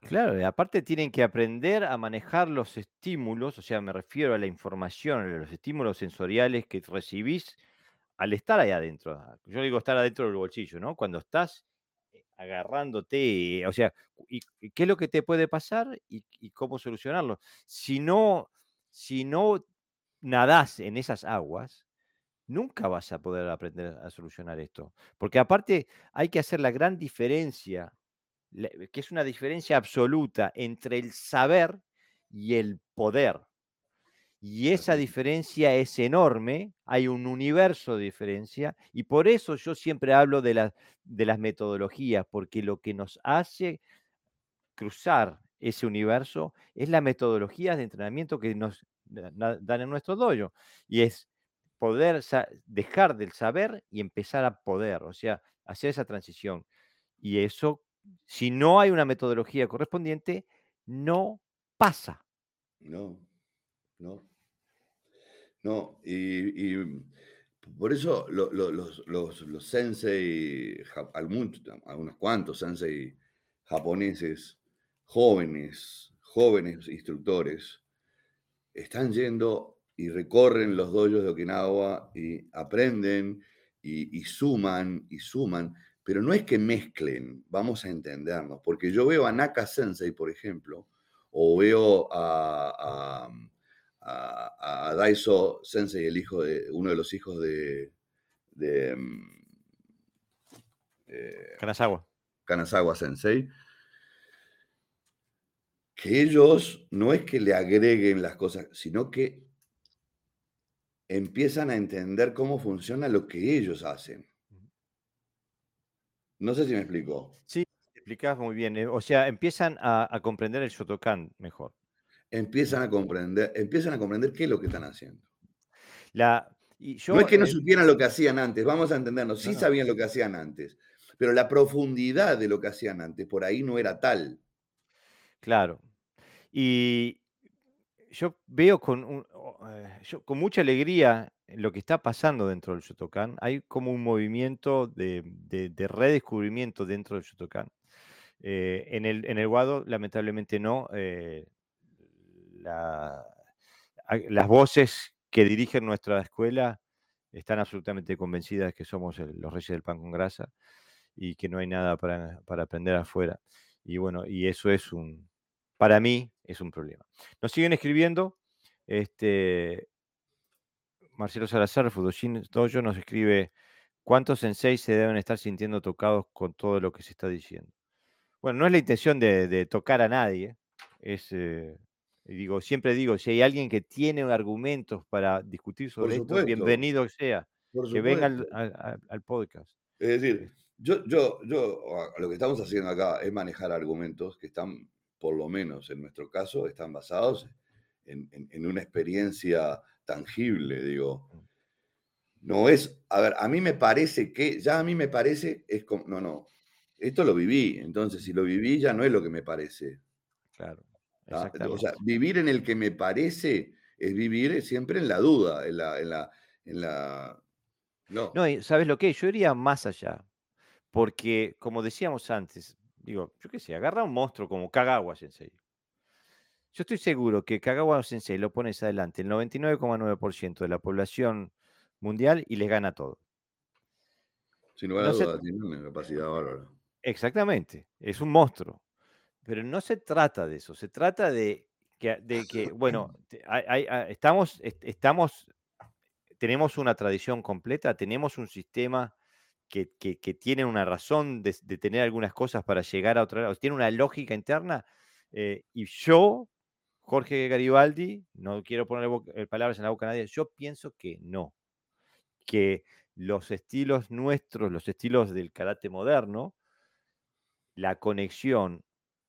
Claro, y aparte tienen que aprender a manejar los estímulos, o sea, me refiero a la información, a los estímulos sensoriales que recibís al estar ahí adentro. ah, Yo digo estar adentro del bolsillo, ¿no? Cuando estás eh, agarrándote, eh, o sea, y, y qué es lo que te puede pasar y, y cómo solucionarlo. Si no, si no nadás en esas aguas, nunca vas a poder aprender a solucionar esto. Porque aparte hay que hacer la gran diferencia, la- que es una diferencia absoluta entre el saber y el poder. Y esa Así. diferencia es enorme, hay un universo de diferencia, y por eso yo siempre hablo de, las de las metodologías, porque lo que nos hace cruzar ese universo es la metodología de entrenamiento que nos da- da- dan en nuestro dojo. Y es poder sa- dejar del saber y empezar a poder, o sea, hacer esa transición. Y eso, si no hay una metodología correspondiente, no pasa. No, no, no. Y, y por eso lo- lo- los, los, los sensei, ja- algún- algunos cuantos sensei japoneses, jóvenes, jóvenes instructores, están yendo y recorren los dojos de Okinawa y aprenden y, y suman y suman, pero no es que mezclen, vamos a entendernos, porque yo veo a Naka Sensei, por ejemplo, o veo a, a, a- a Daiso Sensei, el hijo de uno de los hijos de, de, mm, eh, Kanazawa. Kanazawa Sensei, que ellos no es que le agreguen las cosas, sino que empiezan a entender cómo funciona lo que ellos hacen. No sé si me explico. Sí, explicás muy bien. eh, O sea, empiezan a, a comprender el Shotokan mejor. Empiezan a comprender, empiezan a comprender qué es lo que están haciendo. La, y No es yo, que no eh, supieran lo que hacían antes, vamos a entendernos, no, sí no, sabían lo que hacían antes, pero la profundidad de lo que hacían antes por ahí no era tal. claro. Y yo veo con, un- o- eh, yo con mucha alegría lo que está pasando dentro del Shotokan. Hay como un movimiento de, de- de redescubrimiento dentro del Shotokan. Eh, en el, en el Wado, lamentablemente no. eh, la- hay- las voces que dirigen nuestra escuela están absolutamente convencidas que somos el- los reyes del pan con grasa y que no hay nada para, para aprender afuera. Y bueno, y eso es un, para mí, es un problema. Nos siguen escribiendo. Este, Marcelo Salazar, Fudoshin Dojo, nos escribe: ¿cuántos senseis se deben estar sintiendo tocados con todo lo que se está diciendo? Bueno, no es la intención de, de tocar a nadie. Es, eh, digo, siempre digo, si hay alguien que tiene argumentos para discutir Por sobre esto, supuesto, bienvenido sea, por que venga supuesto. al, al- al- al podcast. Es decir, Es- yo, yo, yo, a- lo que estamos haciendo acá es manejar argumentos que están, por lo menos en nuestro caso, están basados en, en- en una experiencia tangible, digo. No es, a ver, a mí me parece que, ya a mí me parece, es como, no, no, esto lo viví, entonces si lo viví ya no es lo que me parece. claro, ¿Tá? O sea, exactamente. vivir en el que me parece es vivir siempre en la duda, en la, en la, en la, no, No, y ¿sabes lo que? Yo iría más allá, porque como decíamos antes, digo, yo qué sé, agarra un monstruo como Kagawa Sensei. Yo estoy seguro que Kagawa Sensei lo pones adelante el noventa y nueve coma nueve por ciento de la población mundial y les gana todo. sin lugar a No se, dudas, tiene una capacidad bárbara. exactamente, es un monstruo, pero no se trata de eso, se trata de que, de que bueno, te- hay- hay- ah, estamos, est- estamos, tenemos una tradición completa, tenemos un sistema que, que- que tiene una razón de, de tener algunas cosas para llegar a otra, tiene una lógica interna, eh, y yo, Jorge Garibaldi, no quiero poner palabras en la boca a nadie, yo pienso que no, que los estilos nuestros, los estilos del karate moderno, la conexión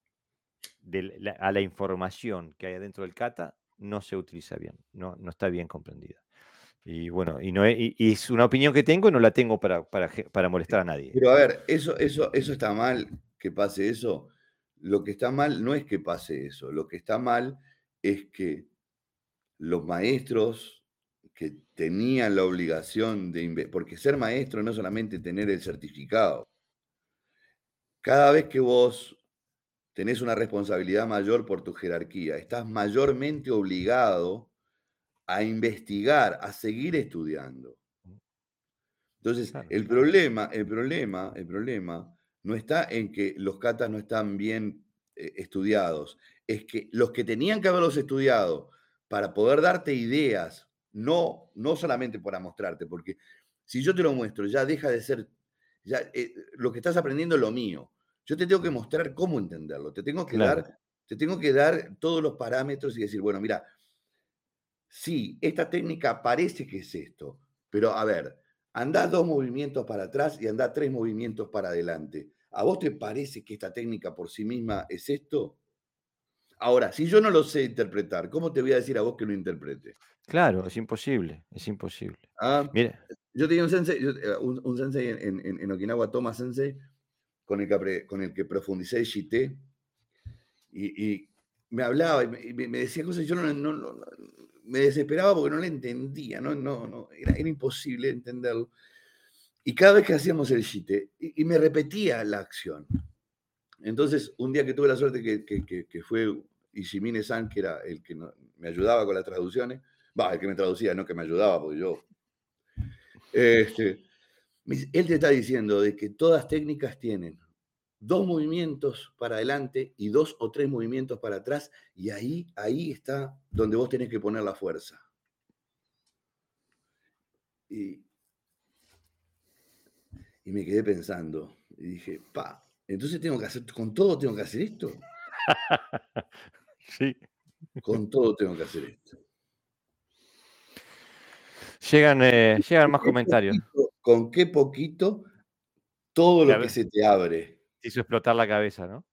de la- a la información que hay adentro del kata no se utiliza bien, no, no está bien comprendida. Y bueno, y, no es, y- y es una opinión que tengo y no la tengo para, para, ge- para molestar a nadie. Pero a ver, eso, eso, eso está mal que pase eso. Lo que está mal no es que pase eso, lo que está mal es que los maestros que tenían la obligación de, inve- porque ser maestro no es solamente tener el certificado. Cada vez que vos tenés una responsabilidad mayor por tu jerarquía. Estás mayormente obligado a investigar, a seguir estudiando. Entonces, Claro, el problema, el problema, el problema no está en que los katas no están bien eh, estudiados, es que los que tenían que haberlos estudiado para poder darte ideas, no, no solamente para mostrarte, porque si yo te lo muestro, ya deja de ser, ya eh, lo que estás aprendiendo es lo mío. Yo te tengo que mostrar cómo entenderlo, te tengo que claro, dar, te tengo que dar todos los parámetros y decir, bueno, mira, sí, esta técnica parece que es esto, pero a ver, andá dos movimientos para atrás y andá tres movimientos para adelante. ¿A vos te parece que esta técnica por sí misma es esto? Ahora, si yo no lo sé interpretar, ¿cómo te voy a decir a vos que lo interprete? claro, es imposible, es imposible. ¿Ah? Mira, Yo tenía un sensei, yo, eh, un, un sensei en, en- en Okinawa, Thomas Sensei, con el que, apre- con el que profundicé el Shite, y, y me hablaba y me, y me- me decía cosas y yo no, no- no- no- me desesperaba porque no le entendía, no, no, no, era, era imposible entenderlo. Y cada vez que hacíamos el shite, y, y me repetía la acción. Entonces, un día que tuve la suerte que, que, que, que fue Ishimine-san, que era el que no, me ayudaba con las traducciones, va, el que me traducía, no que me ayudaba, porque yo... Este, él te está diciendo de que todas técnicas tienen dos movimientos para adelante y dos o tres movimientos para atrás, y ahí, ahí está donde vos tenés que poner la fuerza. Y, y me quedé pensando, y dije, pa, entonces tengo que hacer, con todo tengo que hacer esto. sí, Con todo tengo que hacer esto. llegan, eh, llegan ¿Con más qué comentarios. poquito, con qué poquito todo Te lo que abre- se te abre? te hizo explotar la cabeza, ¿no?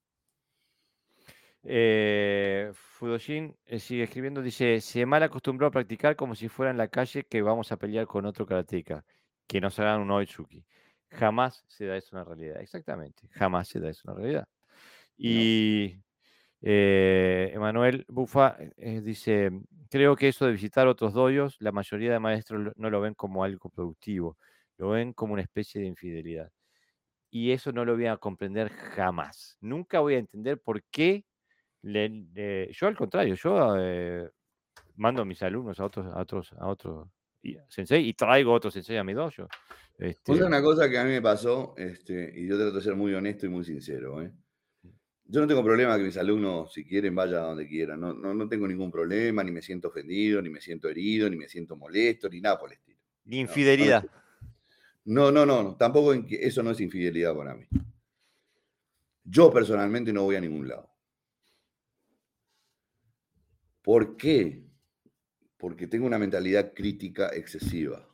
Eh, Fudoshin eh, sigue escribiendo, dice, se mal acostumbró a practicar como si fuera en la calle que vamos a pelear con otro karateka, que nos hagan un Oitsuki. Jamás se da eso una realidad. Exactamente, jamás se da eso una realidad. No. Y eh, Emanuel Bufa eh, dice, creo que eso de visitar otros doyos, la mayoría de maestros lo- no lo ven como algo productivo, lo ven como una especie de infidelidad. Y eso no lo voy a comprender jamás. Nunca voy a entender por qué le le yo al contrario, yo, eh, mando a mis alumnos a otros a otros a otros y sensei y traigo otro sensei a mi dojo. Vos sabés Este, una cosa que a mí me pasó, este, y yo trato de ser muy honesto y muy sincero, ¿eh? Yo no tengo problema que mis alumnos, si quieren, vayan a donde quieran. No, no, no tengo ningún problema, ni me siento ofendido, ni me siento herido, ni me siento molesto, ni nada por el estilo. No, no, me infidelidad. siento- no, no, no, no, tampoco en que- eso no es infidelidad para mí. Yo personalmente no voy a ningún lado. ¿Por qué? Porque tengo una mentalidad crítica excesiva.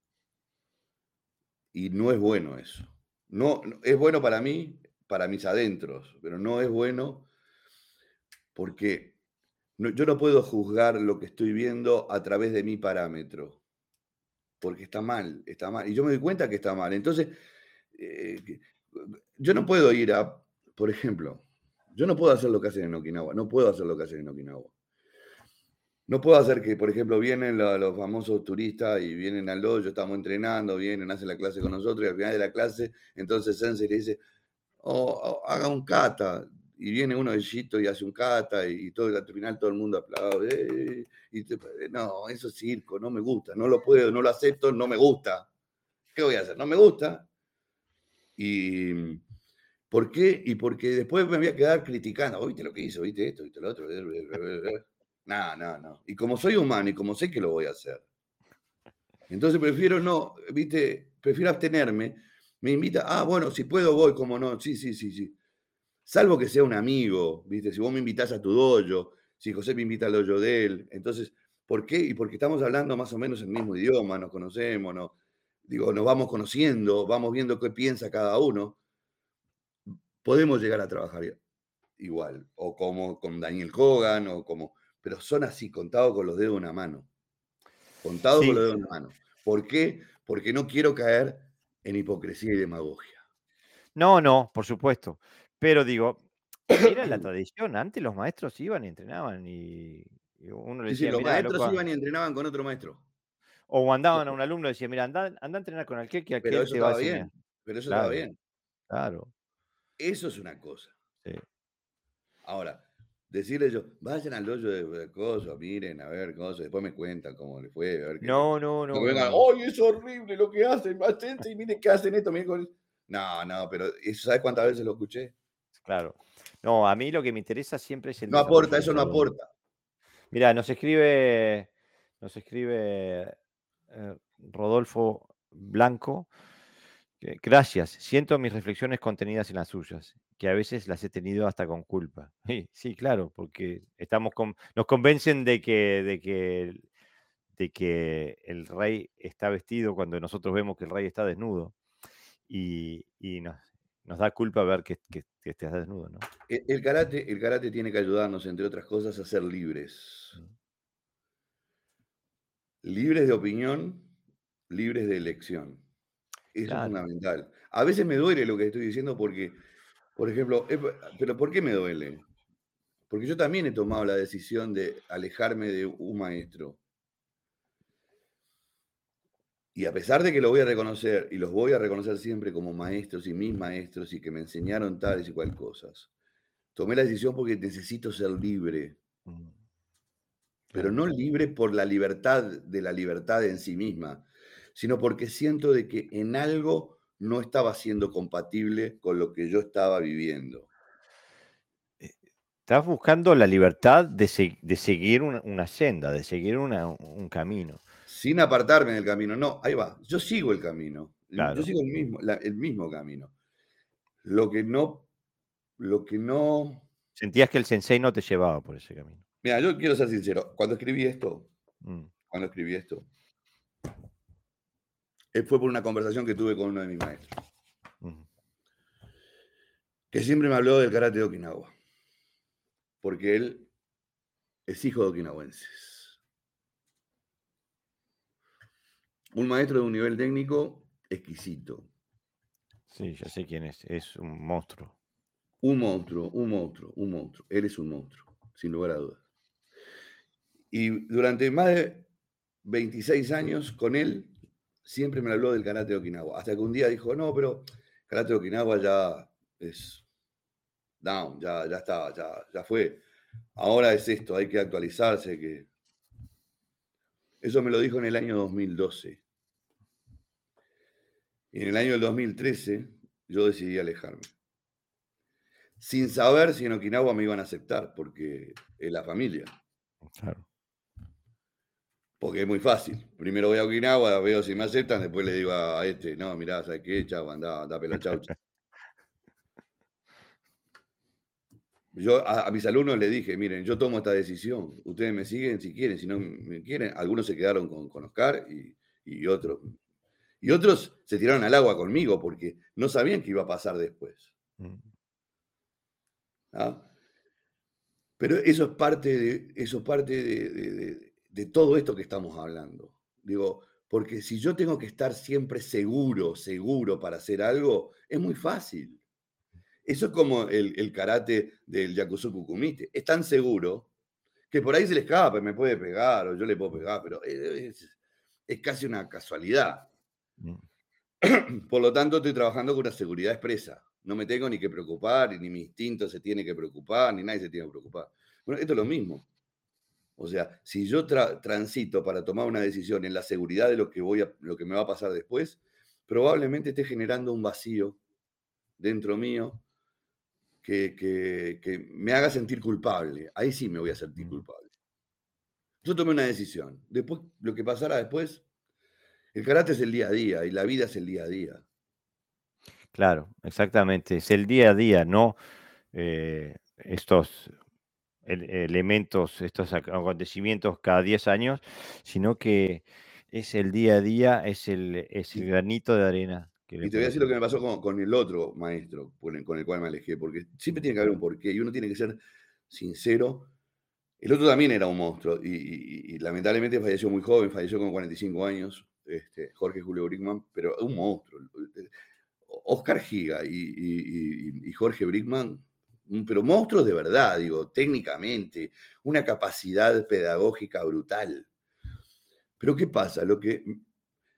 Y no es bueno eso. No, no- es bueno para mí, para mis adentros, pero no es bueno porque no- yo no puedo juzgar lo que estoy viendo a través de mi parámetro, porque está mal, está mal. Y yo me doy cuenta que está mal. Entonces, eh, que- yo no puedo ir a, por ejemplo, yo no puedo hacer lo que hacen en Okinawa, no puedo hacer lo que hacen en Okinawa. No puedo hacer que, por ejemplo, vienen lo- los famosos turistas y vienen al dojo, estamos entrenando, vienen, hacen la clase con nosotros y al final de la clase, entonces Sensei le dice, oh, oh, haga un kata. Y viene uno de Shito y hace un kata y, y todo, al final todo el mundo aplaude. eh, y te- no, eso es circo, no me gusta, no lo puedo, no lo acepto, no me gusta. ¿Qué voy a hacer? No me gusta. Y ¿por qué? Y porque después me voy a quedar criticando, "Oh, ¿viste lo que hizo? ¿Viste esto? ¿Viste lo otro?" No, no, no. Y como soy humano y como sé que lo voy a hacer, entonces prefiero no, ¿viste? Prefiero abstenerme. Me invita, ah, bueno, si puedo voy, como no, sí, sí, sí, sí. Salvo que sea un amigo, ¿viste? Si vos me invitás a tu dojo, si José me invita al dojo de él. Entonces, ¿por qué? Y porque estamos hablando más o menos el mismo idioma, nos conocemos, nos, digo, nos vamos conociendo, vamos viendo qué piensa cada uno. Podemos llegar a trabajar igual, o como con Daniel Hogan, o como, pero son así, contados con los dedos de una mano, contados con Sí, los dedos de una mano. ¿Por qué? Porque no quiero caer en hipocresía y demagogia. no, no, por supuesto. Pero digo, era la tradición. Antes los maestros iban y entrenaban y y uno le Sí, sí, decía: los "Mirá, maestros loco", iban y entrenaban con otro maestro, o mandaban a un alumno y decía: "Mira, anda anda a entrenar con aquel, que pero aquel eso te va a estaba enseñar". bien, pero eso estaba Claro, bien. claro, Eso es una cosa. sí. Ahora, decirle yo, vayan al hoyo de, de cosas, miren, a ver cosas, después me cuentan cómo le fue, a ver qué. No, no, No no, que no, vengan, no. ¡ay, es horrible lo que hacen! Machense, y miren qué hacen esto, miren con-". No, no, pero eso, ¿sabes cuántas veces lo escuché? Claro. No, a mí lo que me interesa siempre es el No desarrollo aporta, del eso no jugador. aporta. Mirá, nos escribe, nos escribe eh, Rodolfo Blanco. que, Gracias, siento mis reflexiones contenidas en las suyas, que a veces las he tenido hasta con culpa. Sí, sí, claro, porque estamos con, nos convencen de que, de que, de que el rey está vestido cuando nosotros vemos que el rey está desnudo. Y, y nos, nos da culpa ver que, que, que estés desnudo, ¿no? El, el karate, el karate tiene que ayudarnos, entre otras cosas, a ser libres. Mm. Libres de opinión, libres de elección. Eso es Claro. fundamental. A veces me duele lo que estoy diciendo porque, por ejemplo, eh, pero ¿por qué me duele? Porque yo también he tomado la decisión de alejarme de un maestro. Y a pesar de que lo voy a reconocer, y los voy a reconocer siempre como maestros y mis maestros y que me enseñaron tales y cual cosas, tomé la decisión porque necesito ser libre, Mm, pero claro. no libre por la libertad de la libertad en sí misma, sino porque siento de que en algo no estaba siendo compatible con lo que yo estaba viviendo. Eh, Estás buscando la libertad de, se- de seguir una, una senda, de seguir una- un camino. Sin apartarme del camino, no, ahí va, yo sigo el camino, yo Claro. sigo el mismo, la- el mismo camino. Lo que no, lo que no, Sentías que el sensei no te llevaba por ese camino. mira, yo quiero ser sincero, cuando escribí esto, Mm, cuando escribí esto, eh, fue por una conversación que tuve con uno de mis maestros, mm, que siempre me habló del karate de Okinawa, porque él es hijo de okinawenses. Un maestro de un nivel técnico exquisito, sí, ya sé quién es. Es un monstruo. un monstruo, un monstruo, un monstruo. Él es un monstruo, sin lugar a dudas. Y durante más de veintiséis años con él, siempre me habló del karate de Okinawa. Hasta que un día dijo, no, pero karate de Okinawa ya es down, ya, ya está, ya, ya fue. Ahora es esto, hay que actualizarse. Que... Eso me lo dijo en el año dos mil doce. Y en el año del dos mil trece yo decidí alejarme. Sin saber si en Okinawa me iban a aceptar, porque es la familia. Claro. Porque es muy fácil. Primero voy a Okinawa, veo si me aceptan, después le digo a este, no, mirá, ¿sabes qué? Chau, andá, andá pela chaucha. Yo a, a, mis alumnos les dije, miren, yo tomo esta decisión, ustedes me siguen si quieren, si no me quieren. Algunos se quedaron con, con Oscar y, y, otros. Y otros se tiraron al agua conmigo porque no sabían qué iba a pasar después. Mm, ¿Ah? Pero eso es parte de, eso es parte de, de, de, de todo esto que estamos hablando. Digo, porque si yo tengo que estar siempre seguro, seguro para hacer algo, es muy fácil. Eso es como el, el karate del Yakusoku Kumite. Es tan seguro que por ahí se le escapa, me puede pegar o yo le puedo pegar, pero es, es casi una casualidad. mm, Por lo tanto, estoy trabajando con una seguridad expresa. No me tengo ni que preocupar, ni mi instinto se tiene que preocupar, ni nadie se tiene que preocupar. Bueno, esto es lo mismo. O sea, si yo tra transito para tomar una decisión en la seguridad de lo que, voy a, lo que me va a pasar después, probablemente esté generando un vacío dentro mío que, que, que me haga sentir culpable. Ahí sí me voy a sentir mm. culpable. Yo tomé una decisión. Después, lo que pasará después, el karate es el día a día y la vida es el día a día. Claro, exactamente. Es el día a día, no eh, estos el- elementos, estos ac- acontecimientos cada diez años, sino que es el día a día, es el, es el Y, granito de arena que le y te voy a puede decir lo que poner. me pasó con, con el otro maestro con el, con el cual me alejé, porque siempre Mm, tiene que haber un porqué y uno tiene que ser sincero. El otro también era un monstruo y, y- y lamentablemente falleció muy joven, falleció con cuarenta y cinco años, este, Jorge Julio Brickman, pero un monstruo. Oscar Giga y, y- y Jorge Brickman, pero monstruos de verdad, digo, técnicamente, una capacidad pedagógica brutal. Pero ¿qué pasa? Lo que,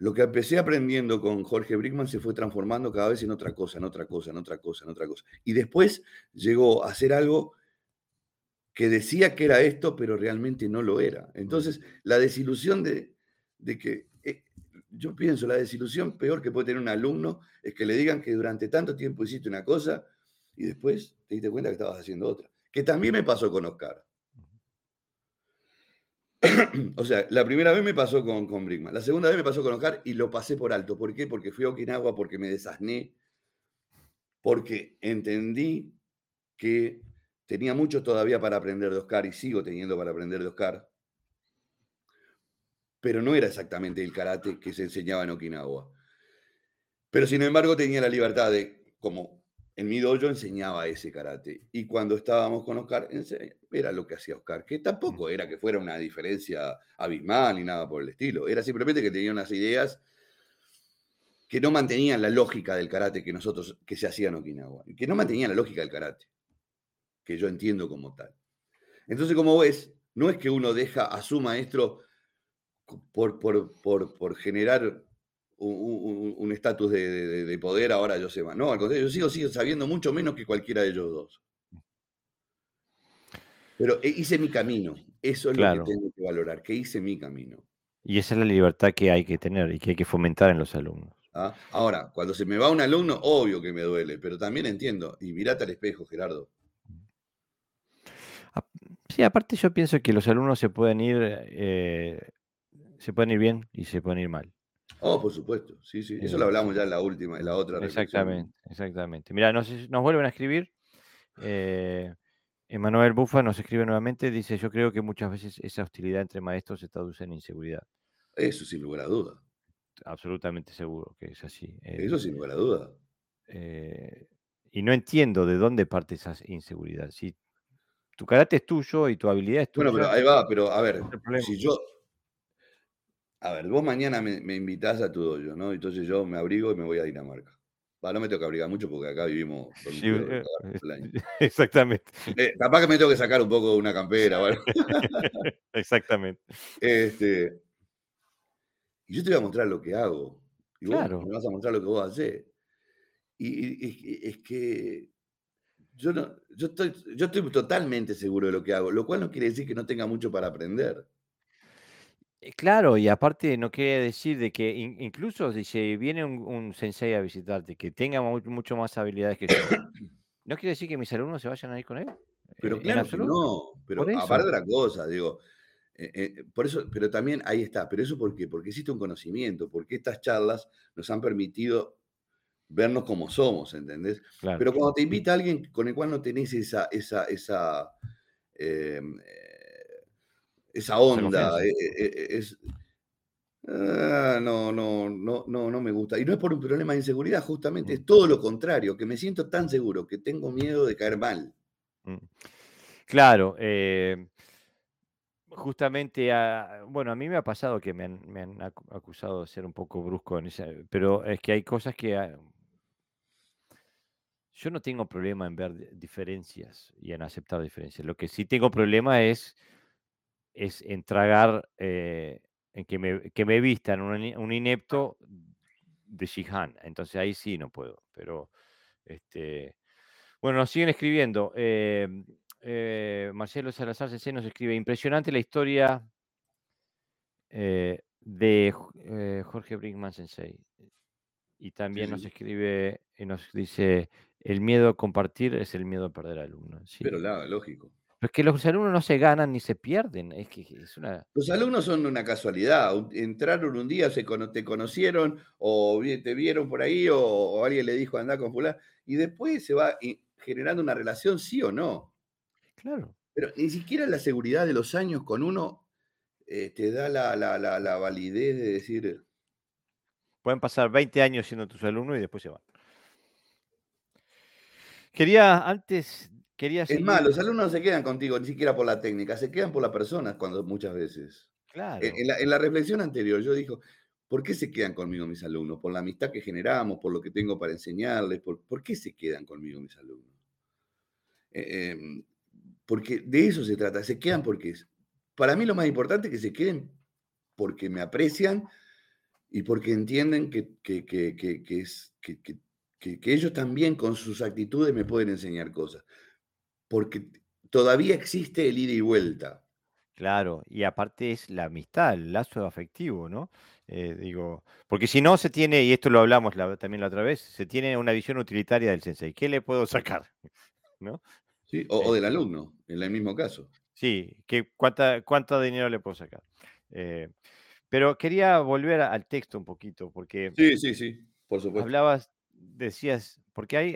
lo que empecé aprendiendo con Jorge Brickman se fue transformando cada vez en otra cosa, en otra cosa, en otra cosa, en otra cosa. Y después llegó a hacer algo que decía que era esto, pero realmente no lo era. Mm. Entonces, la desilusión de, de que, eh, yo pienso, la desilusión peor que puede tener un alumno es que le digan que durante tanto tiempo hiciste una cosa y después te diste cuenta que estabas haciendo otra. Que también me pasó con Oscar. O sea, la primera vez me pasó con, con Brickman, la segunda vez me pasó con Oscar y lo pasé por alto. ¿Por qué? Porque fui a Okinawa, porque me desasné, porque entendí que tenía mucho todavía para aprender de Oscar y sigo teniendo para aprender de Oscar, pero no era exactamente el karate que se enseñaba en Okinawa. Pero sin embargo tenía la libertad de, como en mi dojo enseñaba ese karate. Y cuando estábamos con Oscar, era lo que hacía Oscar, que tampoco era que fuera una diferencia abismal ni nada por el estilo. Era simplemente que tenía unas ideas que no mantenían la lógica del karate que nosotros, que se hacía en Okinawa. Que no mantenían la lógica del karate, que yo entiendo como tal. Entonces, como ves, no es que uno deja a su maestro por, por, por, por generar un estatus de, de, de, poder, ahora yo sé más. No, al contrario, yo sigo, sigo sabiendo mucho menos que cualquiera de ellos dos. Pero hice mi camino. Eso es lo que Claro. tengo que valorar, que hice mi camino. Y esa es la libertad que hay que tener y que hay que fomentar en los alumnos. ¿Ah? Ahora, cuando se me va un alumno, obvio que me duele, pero también entiendo. Y mirate al espejo, Gerardo. Sí, aparte yo pienso que los alumnos se pueden ir, eh, se pueden ir bien y se pueden ir mal. Oh, por supuesto, sí, sí. Eso lo Eh, hablamos ya en la última, en la otra reflexión. exactamente, exactamente. Mira, nos, nos vuelven a escribir. Eh, Emanuel Bufa nos escribe nuevamente, dice, yo creo que muchas veces esa hostilidad entre maestros se traduce en inseguridad. Eso sin lugar a duda. Absolutamente seguro que es así. Eso El, sin lugar a duda. eh, y no entiendo de dónde parte esa inseguridad. Si tu carácter es tuyo y tu habilidad es Bueno, pero tuya, ahí va, pero a ver, ¿cuál es el problema? si yo, a ver, vos mañana me, me invitás a tu dojo, ¿no? Entonces yo me abrigo y me voy a Dinamarca. Va, no me tengo que abrigar mucho porque acá vivimos con un Sí, frío eh, todo el año. exactamente. Eh, capaz que me tengo que sacar un poco de una campera, bueno. Exactamente. Este, y yo te voy a mostrar lo que hago. Y vos Claro. me vas a mostrar lo que vos hacés. Y, y- y- es que yo, no, yo, estoy, yo estoy totalmente seguro de lo que hago, lo cual no quiere decir que no tenga mucho para aprender. Eh, claro, y aparte no quiere decir de que in incluso si se viene un un sensei a visitarte que tenga mu mucho más habilidades que yo, no quiere decir que mis alumnos se vayan a ir con él, Pero eh, en claro que absoluto. no, Por pero aparte eso. de otra cosa, digo, eh, eh, por eso, pero también ahí está, pero eso ¿por qué? Porque existe un conocimiento, porque estas charlas nos han permitido vernos como somos, ¿entendés? Claro, Pero cuando te invita alguien con el cual no tenés esa, esa, esa, eh, eh, esa esa onda, confianza. eh, eh, eh, es, ah, no, no, no, no, no me gusta. Y no es por un problema de inseguridad, justamente, Mm, es todo lo contrario, que me siento tan seguro que tengo miedo de caer mal. mm. Claro, eh, justamente, a bueno, a mí me ha pasado que me han me han acu acusado de ser un poco brusco en esa pero es que hay cosas que, ah, yo no tengo problema en ver di diferencias y en aceptar diferencias. Lo que sí tengo problema es es en tragar, eh, en que me que me vistan un ini un inepto de Shihan. Entonces ahí sí no puedo, pero, este, bueno, nos siguen escribiendo, em, eh, Marcelo Salazar Sensei nos escribe: "Impresionante la historia, eh, de J eh, Jorge Brinkman Sensei". Y Sí, también nos sí, escribe y nos dice: "El miedo a compartir es el miedo a perder alumnos". pero Sí, nada, lógico. pero es que los alumnos no se ganan ni se pierden, es que es una Los alumnos son una casualidad. un- Entraron un día, se cono- te conocieron o vi- te vieron por ahí o, o alguien le dijo anda con fulano y después se va i- generando una relación, sí o no. claro. Pero ni siquiera la seguridad de los años con uno eh, te da la, la- la- la validez de decir. Pueden pasar veinte años siendo tus alumnos y después se van. Quería antes quería Es más, seguir los alumnos no se quedan contigo ni siquiera por la técnica, se quedan por la persona cuando muchas veces. En, claro, en la, en la reflexión anterior yo dijo, ¿por qué se quedan conmigo mis alumnos? Por la amistad que generamos, por lo que tengo para enseñarles, por, ¿por qué se quedan conmigo mis alumnos? Eh, em, porque de eso se trata, se quedan porque es. Para mí lo más importante es que se queden porque me aprecian y porque entienden que, que, que, que, que es, que, que, que, que ellos también con sus actitudes me pueden enseñar cosas, porque todavía existe el ida y vuelta. Claro, y aparte es la amistad, el lazo afectivo, ¿no? Eh, digo, porque si no se tiene, y esto lo hablamos la- también la otra vez, se tiene una visión utilitaria del sensei. ¿Qué le puedo sacar? ¿No? ¿Sí? O, o del Este, alumno, en el mismo caso. sí, ¿qué, cuánta, cuánto dinero le puedo sacar? Eh, pero quería volver a- al texto un poquito, porque Sí, sí, sí, por supuesto. hablabas, decías, porque hay,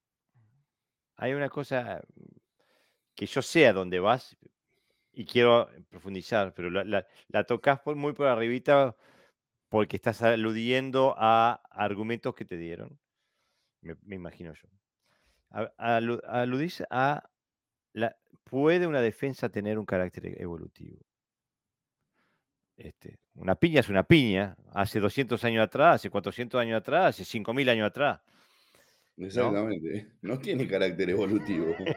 hay una cosa que yo sé a dónde vas y quiero profundizar, pero la, la, la tocas por, muy por arribita porque estás aludiendo a argumentos que te dieron, me, me imagino yo. A- alu- aludís a la, ¿puede una defensa tener un carácter e- evolutivo? Este, una piña es una piña, hace doscientos años atrás, hace cuatrocientos años atrás, hace cinco mil años atrás, ¿no? Exactamente. No tiene carácter evolutivo.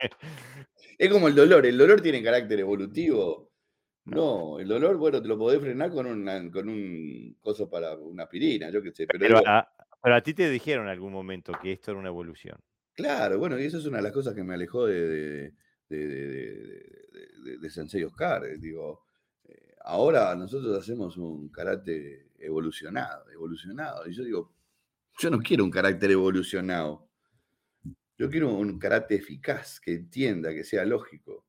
Es como el dolor. ¿El dolor tiene carácter evolutivo? No, No, el dolor, bueno, te lo podés frenar con, una, con un coso para una aspirina, yo qué sé. Pero pero digo, a, pero a ti te dijeron en algún momento que esto era una evolución. claro, bueno, y eso es una de las cosas que me alejó de, de, de, de, de- de- de Sensei Oscar. eh, Digo, eh, ahora nosotros hacemos un carácter evolucionado, evolucionado. Y yo digo, yo no quiero un carácter evolucionado. Yo quiero un carácter eficaz, que entienda, que sea lógico.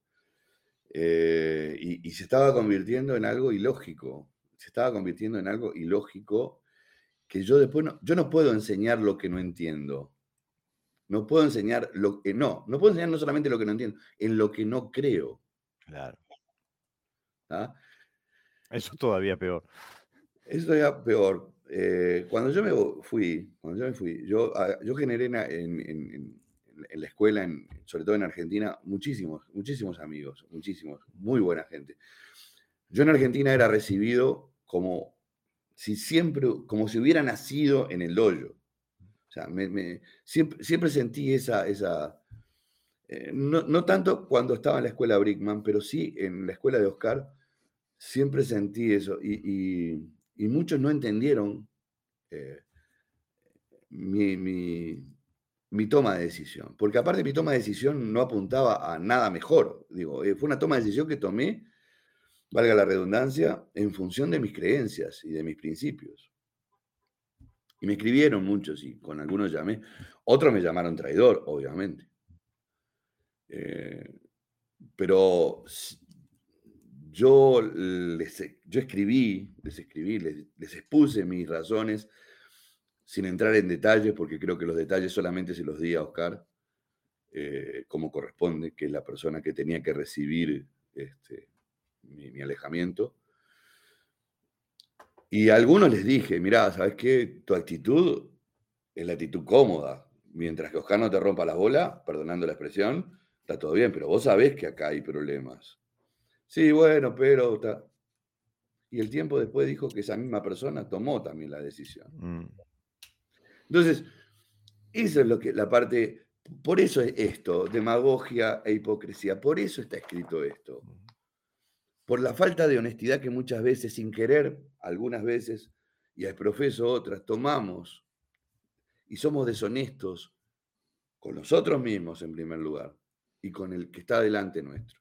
Eh, y, y se estaba convirtiendo en algo ilógico. Se estaba convirtiendo en algo ilógico que yo después no, yo no puedo enseñar lo que no entiendo. No puedo enseñar lo que no, no puedo enseñar no solamente lo que no entiendo, en lo que no creo. Claro. ¿Ah? Eso es todavía peor. Eso era peor. Eh, cuando yo me vo- fui, cuando yo me fui, yo, ah, yo generé en, en- en- en- en la escuela, en- sobre todo en Argentina, muchísimos, muchísimos amigos, muchísimos, muy buena gente. Yo en Argentina era recibido como si siempre, como si hubiera nacido en el dojo. O sea, me- me- siempre, siempre sentí esa, esa eh, no, no tanto cuando estaba en la escuela Brickman, pero sí en la escuela de Oscar, siempre sentí eso. Y, y- y muchos no entendieron eh, mi, mi- mi toma de decisión. Porque aparte mi toma de decisión no apuntaba a nada mejor. Digo, eh, fue una toma de decisión que tomé, valga la redundancia, en función de mis creencias y de mis principios. Y me escribieron muchos y con algunos llamé. Otros me llamaron traidor, obviamente. Eh, pero s- yo, les, yo escribí, les escribí, les, les expuse mis razones sin entrar en detalles, porque creo que los detalles solamente se los di a Oscar, eh, como corresponde, que es la persona que tenía que recibir este, mi, mi alejamiento. Y a algunos les dije, mirá, ¿sabes qué? Tu actitud es la actitud cómoda. Mientras que Oscar no te rompa las bolas, perdonando la expresión, está todo bien, pero vos sabés que acá hay problemas. Sí, bueno, pero... ta- Y el tiempo después dijo que esa misma persona tomó también la decisión. Mm. Entonces, eso es lo que la parte... Por eso es esto, demagogia e hipocresía. Por eso está escrito esto. Por la falta de honestidad que muchas veces, sin querer, algunas veces, y al profeso otras, tomamos y somos deshonestos con nosotros mismos en primer lugar y con el que está delante nuestro.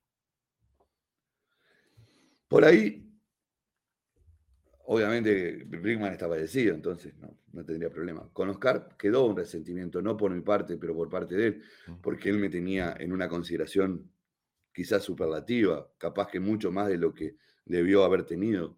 Por ahí, obviamente, Brickman está fallecido, entonces no, no tendría problema. Con Oscar quedó un resentimiento, no por mi parte, pero por parte de él, Mm. porque él me tenía en una consideración quizás superlativa, capaz que mucho más de lo que debió haber tenido.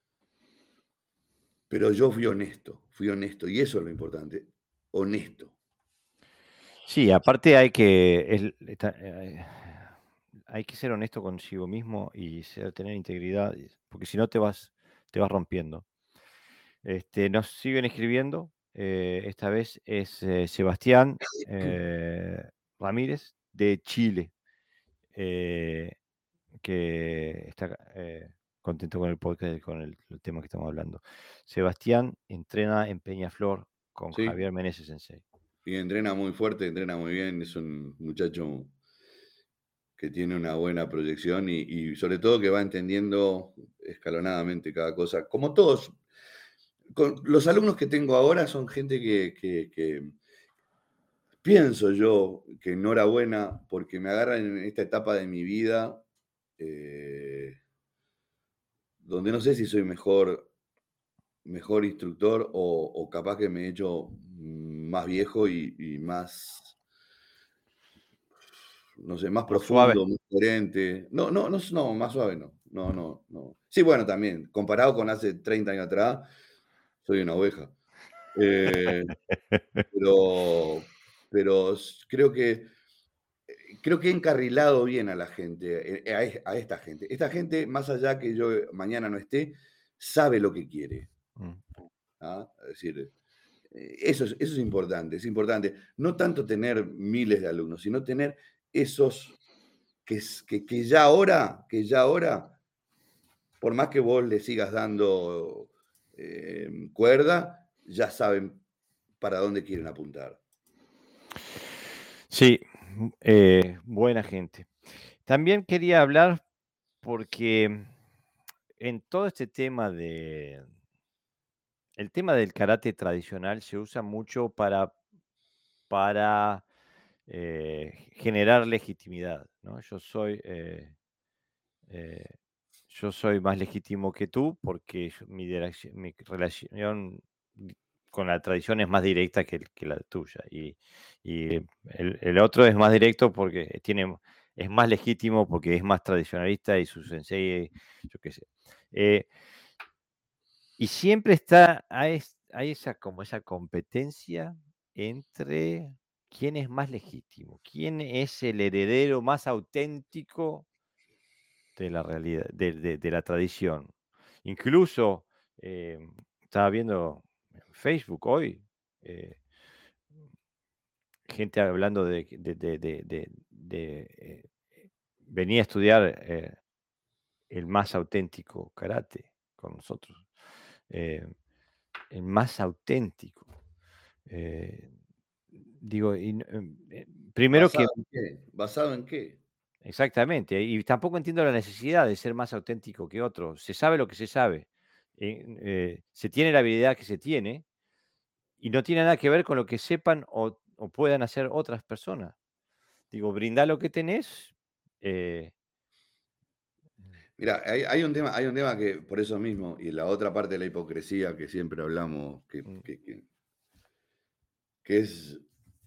Pero yo fui honesto, fui honesto, y eso es lo importante, honesto. Sí, aparte hay que, el- está- eh, hay que ser honesto consigo mismo y ser- tener integridad, y- porque si no te vas, te vas rompiendo. Este, nos siguen escribiendo. Eh, esta vez es eh, Sebastián eh, Ramírez de Chile, eh, que está eh, contento con el podcast y con el, el tema que estamos hablando. Sebastián entrena en Peñaflor con ¿Sí? Javier Meneses Sensei. Y entrena muy fuerte, entrena muy bien, es un muchacho que tiene una buena proyección y, y sobre todo que va entendiendo escalonadamente cada cosa, como todos. con los alumnos que tengo ahora son gente que, que, que pienso yo que enhorabuena porque me agarran en esta etapa de mi vida eh, donde no sé si soy mejor, mejor instructor o, o capaz que me he hecho más viejo y, y más, no sé, más Más suave. profundo, más coherente. No, no, no, no, más suave no. No, no, no. Sí, bueno, también, comparado con hace treinta años atrás, soy una oveja. Eh, pero, pero s- creo que creo que he encarrilado bien a la gente, eh, a, es- a esta gente. Esta gente, más allá que yo mañana no esté, sabe lo que quiere. Mm. ¿Ah? Es decir, eh, eso es, eso es importante, es importante. No tanto tener miles de alumnos, sino tener esos que, s- que, que ya ahora, que ya ahora, por más que vos le sigas dando eh, cuerda, ya saben para dónde quieren apuntar. Sí, mm, eh, buena gente. También quería hablar porque en todo este tema de el tema del karate tradicional se usa mucho para para, eh, generar legitimidad, ¿no? Yo soy, eh eh, yo soy más legítimo que tú porque yo mi direcci mi relación di con la tradición es más directa que el que la tuya, y y el el otro es más directo porque tiene es más legítimo porque es más tradicionalista y su sensei, yo qué sé. Eh, y siempre está hay es hay esa como esa competencia entre quién es más legítimo, quién es el heredero más auténtico de la realidad, de de de la tradición. Incluso, em, estaba viendo en Facebook hoy, eh, gente hablando de que de de de de de, eh, venía a estudiar, eh, el más auténtico karate con nosotros, eh, el más auténtico. Eh, digo, y no, em, eh, primero que ¿Basado en qué? ¿Basado en qué? exactamente, y tampoco entiendo la necesidad de ser más auténtico que otro. Se sabe lo que se sabe, eh, eh, se tiene la habilidad que se tiene y no tiene nada que ver con lo que sepan o, o puedan hacer otras personas. Digo, brinda lo que tenés. eh, Mira, hay, hay un tema, hay un tema que por eso mismo, y la otra parte de la hipocresía que siempre hablamos, que, mm, que- que- que es.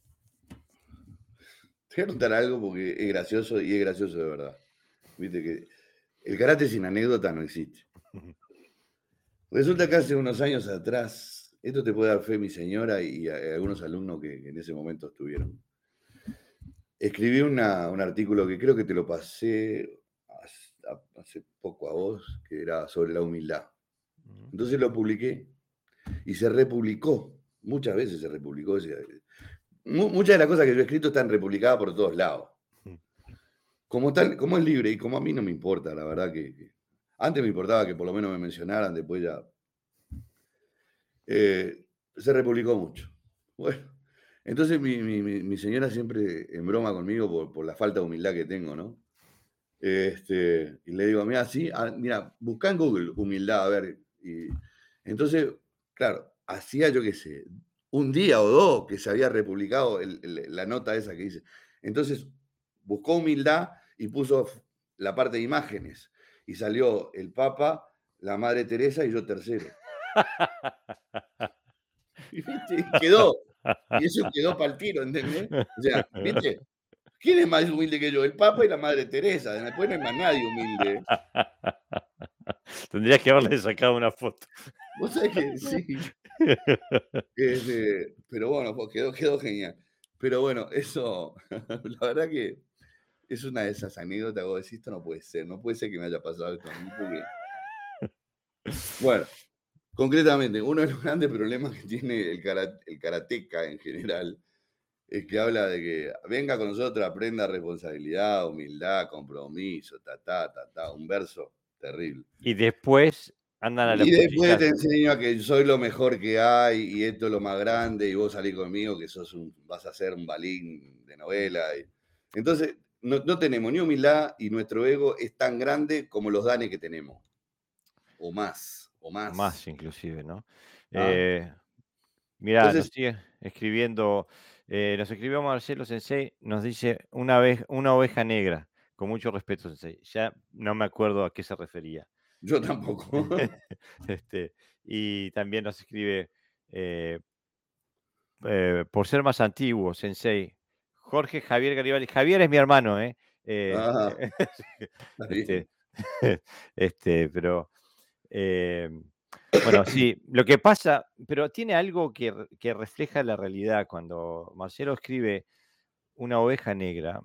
Te voy a contar algo porque es gracioso y es gracioso de verdad. Viste que el karate sin anécdota no existe. Resulta que hace unos años atrás, esto te puede dar fe mi señora y a- algunos alumnos que, que en ese momento estuvieron. Escribí una- un artículo que creo que te lo pasé hace, hace poco a vos, que era sobre la humildad. mm, Entonces lo publiqué y se republicó. Muchas veces se republicó. ese- mu- Muchas de las cosas que yo he escrito están republicadas por todos lados. mm. Como tal, como es libre y como a mí no me importa, la verdad que, que- antes me importaba que por lo menos me mencionaran, después ya eh, se republicó mucho. Bueno, entonces mi, mi- mi- mi señora siempre en broma conmigo por, por la falta de humildad que tengo, ¿no? Este, y le digo, mira, sí, ah, mira, busca en Google humildad, a ver. Y entonces, claro, hacía yo qué sé, un día o dos que se había republicado el- el- la nota esa que dice. Entonces, buscó humildad y puso la parte de imágenes. Y salió el Papa, la Madre Teresa y yo tercero. Y viste, y quedó. Y eso quedó para el tiro, ¿entendés? O sea, ¿viste? ¿Quién es más humilde que yo? El Papa y la Madre Teresa. Después no hay más nadie humilde. Tendrías que haberle sacado una foto. Vos sabés que sí. Este, pero bueno, pues quedó, quedó genial. Pero bueno, eso, la verdad que es una de esas anécdotas que vos decís, esto no puede ser, no puede ser que me haya pasado esto a mí, porque, bueno, concretamente, uno de los grandes problemas que tiene el, kara- el karateca en general es que habla de que venga con nosotros, aprenda responsabilidad, humildad, compromiso, ta, ta, ta, ta, un verso terrible. Y después andan a la Y después te cuchilla. enseño a que soy lo mejor que hay y esto es lo más grande y vos salís conmigo que sos un, vas a ser un balín de novela. y- Entonces, no, no tenemos ni humildad y nuestro ego es tan grande como los danes que tenemos, o más, o O más más. inclusive, ¿no? Ah, Eh, mirá, nos entonces, sigue escribiendo, eh, nos escribió Marcelo Sensei, nos dice una vez, una oveja negra, con mucho respeto, Sensei. Ya no me acuerdo a qué se refería. yo tampoco. Este, y también nos escribe, eh, eh, por ser más antiguo, Sensei, Jorge Javier Garibaldi. Javier es mi hermano, ¿eh? Eh, Ah, está bien. este, este, pero eh, bueno, sí, lo que pasa, pero tiene algo que, re- que refleja la realidad. Cuando Marcelo escribe Una oveja negra,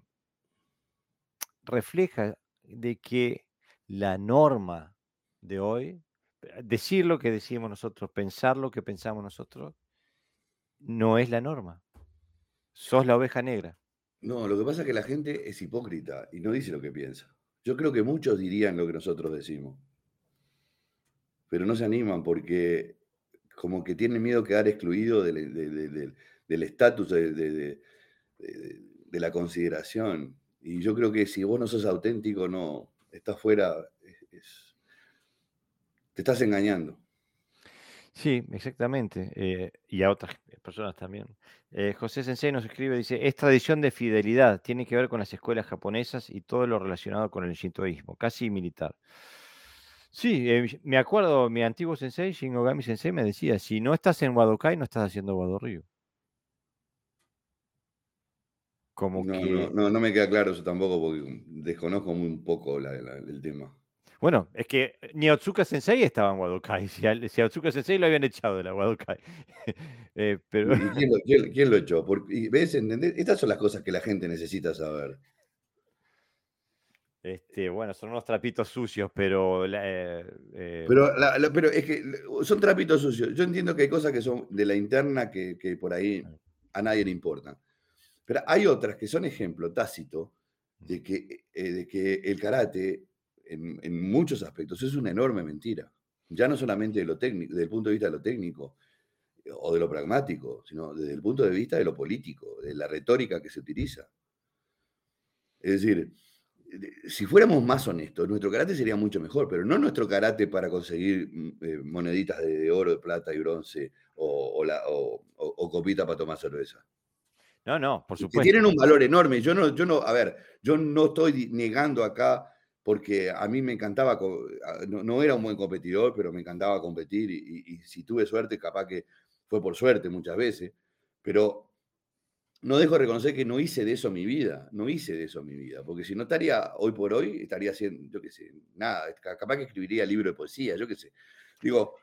refleja de que la norma de hoy, eh, decir lo que decimos nosotros, pensar lo que pensamos nosotros, no es la norma. Sos la oveja negra. No, lo que pasa es que la gente es hipócrita y no dice lo que piensa. Yo creo que muchos dirían lo que nosotros decimos, pero no se animan porque como que tienen miedo a quedar excluidos del de- de- del del estatus de, de- de- de- de la consideración. Y yo creo que si vos no sos auténtico, no, estás fuera, es- es- te estás engañando. Sí, exactamente. Eh, y a otras personas también. Eh, José Sensei nos escribe, dice, es tradición de fidelidad, tiene que ver con las escuelas japonesas y todo lo relacionado con el shintoísmo, casi militar. Sí, eh, me acuerdo, mi antiguo sensei, Shinogami Sensei, me decía, si no estás en Wadokai, no estás haciendo Wado Ryu. Como No, no, que, no, no me queda claro eso tampoco porque desconozco muy un poco la- la- el tema. bueno, es que ni Otsuka Sensei estaba en Wadokai, si a, si a Otsuka Sensei lo habían echado de la Wadokai. Eh, pero, ¿Y, y quién, lo, quién- quién lo echó? Porque, y ¿ves? ¿Entendés? Estas son las cosas que la gente necesita saber. este, bueno, son unos trapitos sucios, pero la, eh, eh, Pero, la- la- pero es que son trapitos sucios. Yo entiendo que hay cosas que son de la interna que, que por ahí a nadie le importan. Pero hay otras que son ejemplo tácito de que, eh, de que el karate, en, en muchos aspectos, es una enorme mentira. Ya no solamente de lo técnico, desde el punto de vista de lo técnico eh, o de lo pragmático, sino desde el punto de vista de lo político, de la retórica que se utiliza. Es decir, de- si fuéramos más honestos, nuestro karate sería mucho mejor, pero no nuestro karate para conseguir mm, eh, moneditas de, de oro, de plata y bronce o, o, la- o- o- o copita para tomar cerveza. no, no, por Que supuesto. tienen un valor enorme. Yo no, yo no, a ver, yo no estoy negando acá porque a mí me encantaba, co- a- no, no era un buen competidor, pero me encantaba competir y, y- y si tuve suerte, capaz que fue por suerte muchas veces, pero no dejo de reconocer que no hice de eso mi vida, no hice de eso mi vida, porque si no estaría hoy por hoy, estaría haciendo, yo qué sé, nada, ca- capaz que escribiría libro de poesía, yo qué sé. Digo,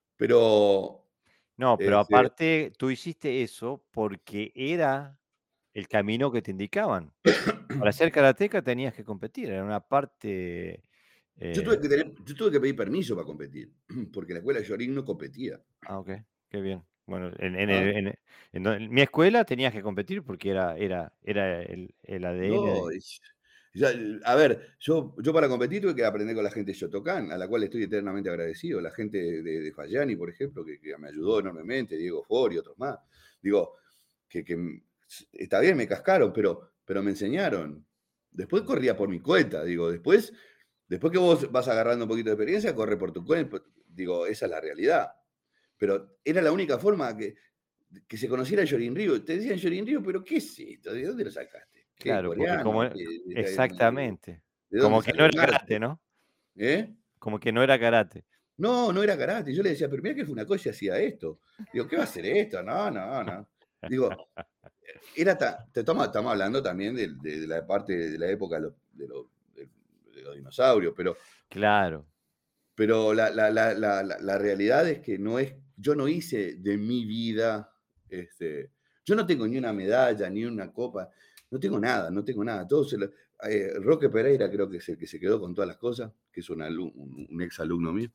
pero, No, pero este, aparte tú hiciste eso porque era el camino que te indicaban. Para ser karateca tenías que competir, era una parte, yo tuve eh, que tener, yo tuve que pedir permiso para competir, porque la escuela de Yorin no competía. ah, okey, qué bien. Bueno, en en ¿Ah? el en e en do en mi escuela tenías que competir porque era era era el el A D N No, de es- ya, a ver, yo, yo para competir tuve que aprender con la gente de Shotokan, a la cual estoy eternamente agradecido. La gente de, de Fayani, por ejemplo, que, que me ayudó enormemente, Diego Fori y otros más. Digo, que, que m- está bien, me cascaron, pero, pero me enseñaron. Después corría por mi cuenta, digo, después, después que vos vas agarrando un poquito de experiencia, corre por tu cuenta. Digo, esa es la realidad. Pero era la única forma que, que se conociera Yorin Ryu. Te decían Yorin Ryu, pero ¿qué es esto? ¿De dónde lo sacaste? ¿Qué? claro, porque como ¿Coreano? e ¿Qué- de, de- exactamente, de dónde como que no salió era Marte? karate, ¿no? ¿Eh? Como que no era karate. No, no era karate. Yo le decía, pero mira que Funakoshi hacía esto. Digo, ¿qué va a hacer esto? No, no, no. Digo, era ta- te toma- estamos hablando también de, de- de la parte de la época de, los de los- de- de los dinosaurios, pero, Claro, pero la, la- la- la- la- la realidad es que no es, yo no hice de mi vida, este, yo no tengo ni una medalla, ni una copa, no tengo nada, no tengo nada. Todo se lo- eh, Roque Pereira creo que es el que se quedó con todas las cosas, que es un, alu- un, un ex alumno mío,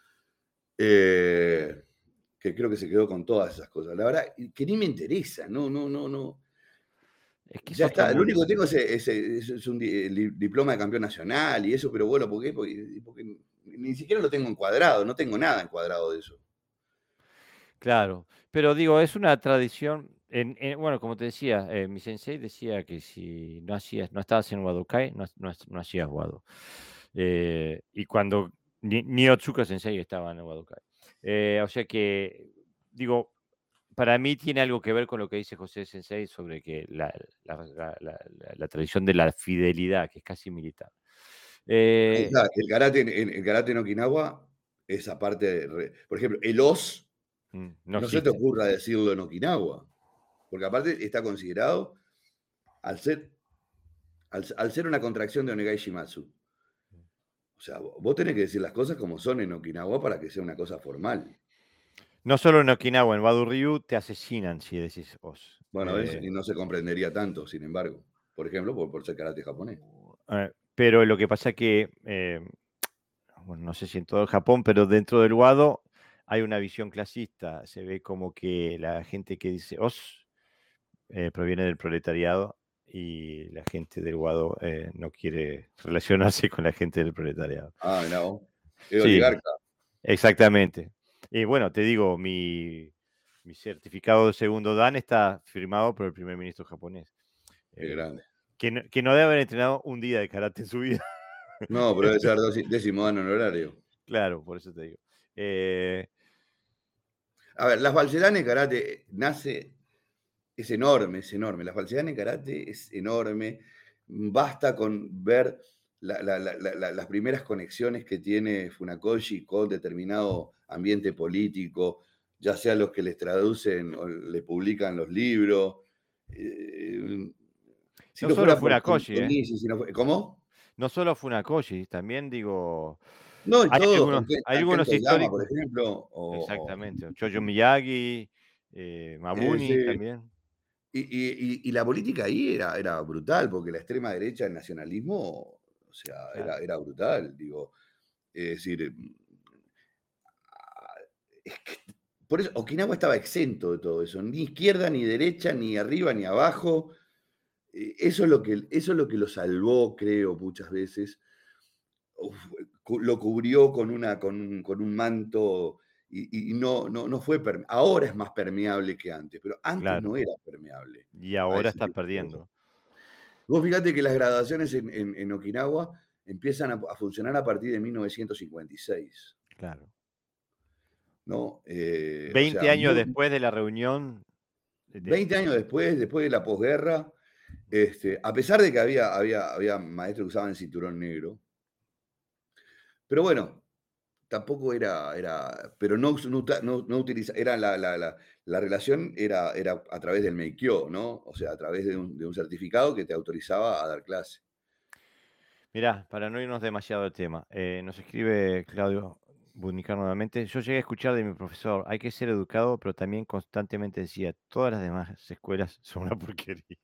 eh, que creo que se quedó con todas esas cosas. La verdad, que ni me interesa, no, no, no, no. es que es Ya otro está, lo único mundo. que tengo es, es- es- es un di- el di- diploma de campeón nacional y eso, pero bueno, ¿por qué? Porque, porque ni siquiera lo tengo encuadrado, no tengo nada encuadrado de eso. Claro, pero digo, es una tradición, en en bueno, como te decía, eh, mi sensei decía que si no hacías no estabas en Wadokai, no no no hacías Wado. Eh, y cuando ni ni Otsuka Sensei estaba en el Wadokai. Eh, o sea que digo, para mí tiene algo que ver con lo que dice José Sensei sobre que la, la- la- la- la- la tradición de la fidelidad, que es casi militar. Ahí Eh, está, el karate en en el karate en Okinawa, esa parte re por ejemplo, el os, mm, no no se te existe. ocurra decirlo en Okinawa, porque aparte está considerado al ser al al ser una contracción de Onegai Shimatsu. O sea, vo vos tenés que decir las cosas como son en Okinawa para que sea una cosa formal. No solo en Okinawa, en Wado Ryu te asesinan si decís os. Bueno, ¿ves? Eh, Y no se comprendería tanto, sin embargo. Por ejemplo, por por ser karate japonés. eh, pero lo que pasa que, eh, bueno, no sé si en todo el Japón, pero dentro del Wado hay una visión clasista. Se ve como que la gente que dice os eh, proviene del proletariado y la gente del Wado eh, no quiere relacionarse con la gente del proletariado. Ah, mirá vos. Es Sí, oligarca. exactamente. Y bueno, te digo, mi, mi certificado de segundo Dan está firmado por el primer ministro japonés, Qué eh, grande. que, no, que no debe haber entrenado un día de karate en su vida. No, pero debe ser doci décimo dan honorario. Claro, por eso te digo. Eh, A ver, la falsedad en karate nace es enorme, es enorme. La falsedad en karate es enorme. Basta con ver la- la- la- la- la- las primeras conexiones que tiene Funakoshi con determinado ambiente político, ya sea los que les traducen o le publican los libros. Eh, si no no solo fuera por Funakoshi, ¿eh? Tonishi, si no fue- ¿cómo? No solo Funakoshi, también digo, No, y hay todo, con algunos, Ken, hay Ken algunos Toyama, por históricos, ejemplo, o, o- exactamente, Choyo Miyagi, eh, Mabuni ese, también, Y, y- y- y la política ahí era, era brutal, porque la extrema derecha, el nacionalismo, o sea, claro, era, era brutal, digo. Es decir, ah, es que por eso Okinawa estaba exento de todo eso, ni izquierda, ni derecha, ni arriba, ni abajo. Eh, Eso es lo que, eso es lo que lo salvó, creo, muchas veces. Uf, cu- lo cubrió con, una, con, un, con un manto y, y no, no, no fue, perme- ahora es más permeable que antes, pero antes claro. no era permeable Y a ahora ese está tipo de cosas. perdiendo, Vos fíjate que las graduaciones en, en- en Okinawa empiezan a, a funcionar a partir de mil novecientos cincuenta y seis, claro. ¿no? Eh, o Veinte sea, años muy- después de la reunión de, veinte años después, después de la posguerra, este, a pesar de que había, había, había maestros que usaban cinturón negro, pero bueno, tampoco era, era pero no, no, no, no utiliza, era la, la, la, la relación era, era a través del Meikyo, ¿no? O sea, a través de un, de un certificado que te autorizaba a dar clase. mirá, para no irnos demasiado del tema, eh, nos escribe Claudio Bunicar nuevamente. Yo llegué a escuchar de mi profesor, hay que ser educado, pero también constantemente decía, todas las demás escuelas son una porquería.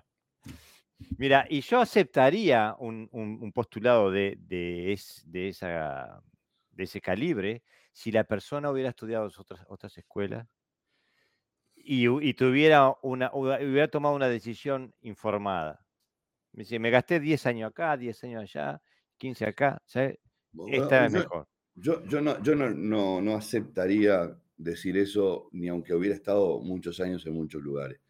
Mira, y yo aceptaría un, un- un postulado de, de, es- de esa, de ese calibre si la persona hubiera estudiado en otras, otras escuelas y, hu- y tuviera una, hubiera hubiera tomado una decisión informada. Me dice, me gasté diez años acá, diez años allá, quince acá, ¿sabes? Bueno, Esta es yo, mejor. yo, yo no, yo no, no, no aceptaría decir eso ni aunque hubiera estado muchos años en muchos lugares.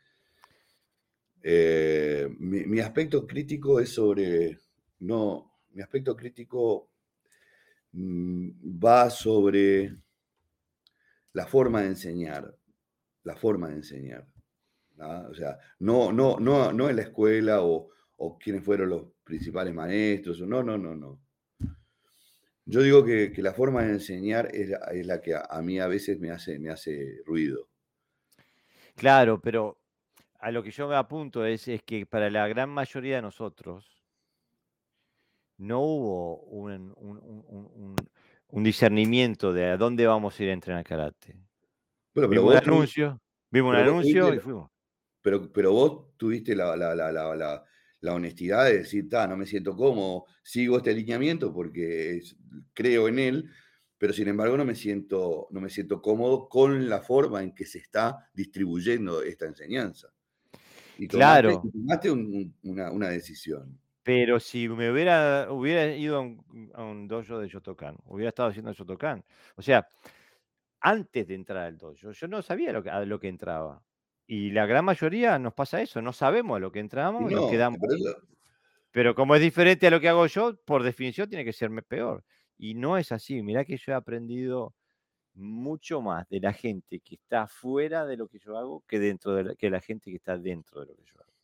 Eh, mi, mi aspecto crítico es sobre, no, mi aspecto crítico mm, va sobre la forma de enseñar, la forma de enseñar. ¿Ah? O sea, no, no, no, no en la escuela o, o quiénes fueron los principales maestros, no, no, no, no. Yo digo que, que la forma de enseñar es la, es la que a, a mí a veces me hace, me hace ruido. Claro, pero a lo que yo me apunto es, es que para la gran mayoría de nosotros no hubo un, un- un- un- un- un discernimiento de a dónde vamos a ir a entrenar karate. Bueno, pero Vimos un vos tuviste, anuncio, vimos un pero vos anuncio tuviste, y fuimos. pero, pero vos tuviste la, la, la, la, la, la honestidad de decir, "Ta, no me siento cómodo, sigo este alineamiento porque es- creo en él, pero sin embargo no me siento, no me siento cómodo con la forma en que se está distribuyendo esta enseñanza. Y tomaste, Claro, y tomaste un- un- una, una decisión. pero si me hubiera, hubiera ido a un, a un dojo de Shotokan, hubiera estado haciendo Shotokan. O sea, antes de entrar al dojo, yo no sabía lo que, a lo que entraba. Y la gran mayoría nos pasa eso, no sabemos a lo que Y entramos y nos no, quedamos pero ahí. eso, Pero como es diferente a lo que hago yo, por definición tiene que serme peor. Y no es así. Mirá que yo he aprendido mucho más de la gente que está fuera de lo que yo hago que dentro de la, que la gente que está dentro de lo que yo hago.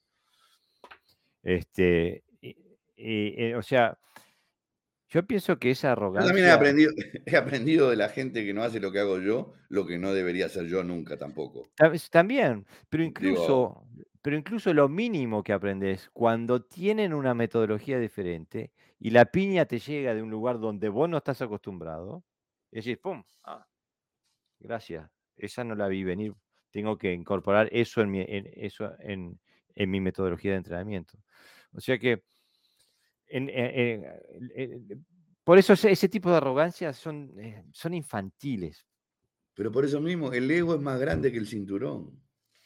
Este, y- y, eh, o sea, yo pienso que esa Yo también he arrogancia, aprendido he aprendido de la gente que no hace lo que hago yo, lo que no debería hacer yo nunca tampoco. ta- es- también, pero Digo, incluso, pero incluso lo mínimo que aprendes cuando tienen una metodología diferente y la piña te llega de un lugar donde vos no estás acostumbrado, y decís, ¡pum! Ah, gracias, esa no la vi venir. Tengo que incorporar eso en mi, en, eso en, en mi metodología de entrenamiento. O sea que en, eh, eh, eh, por eso ese, ese tipo de arrogancias son, eh, son infantiles. pero por eso mismo, el ego es más grande que el cinturón.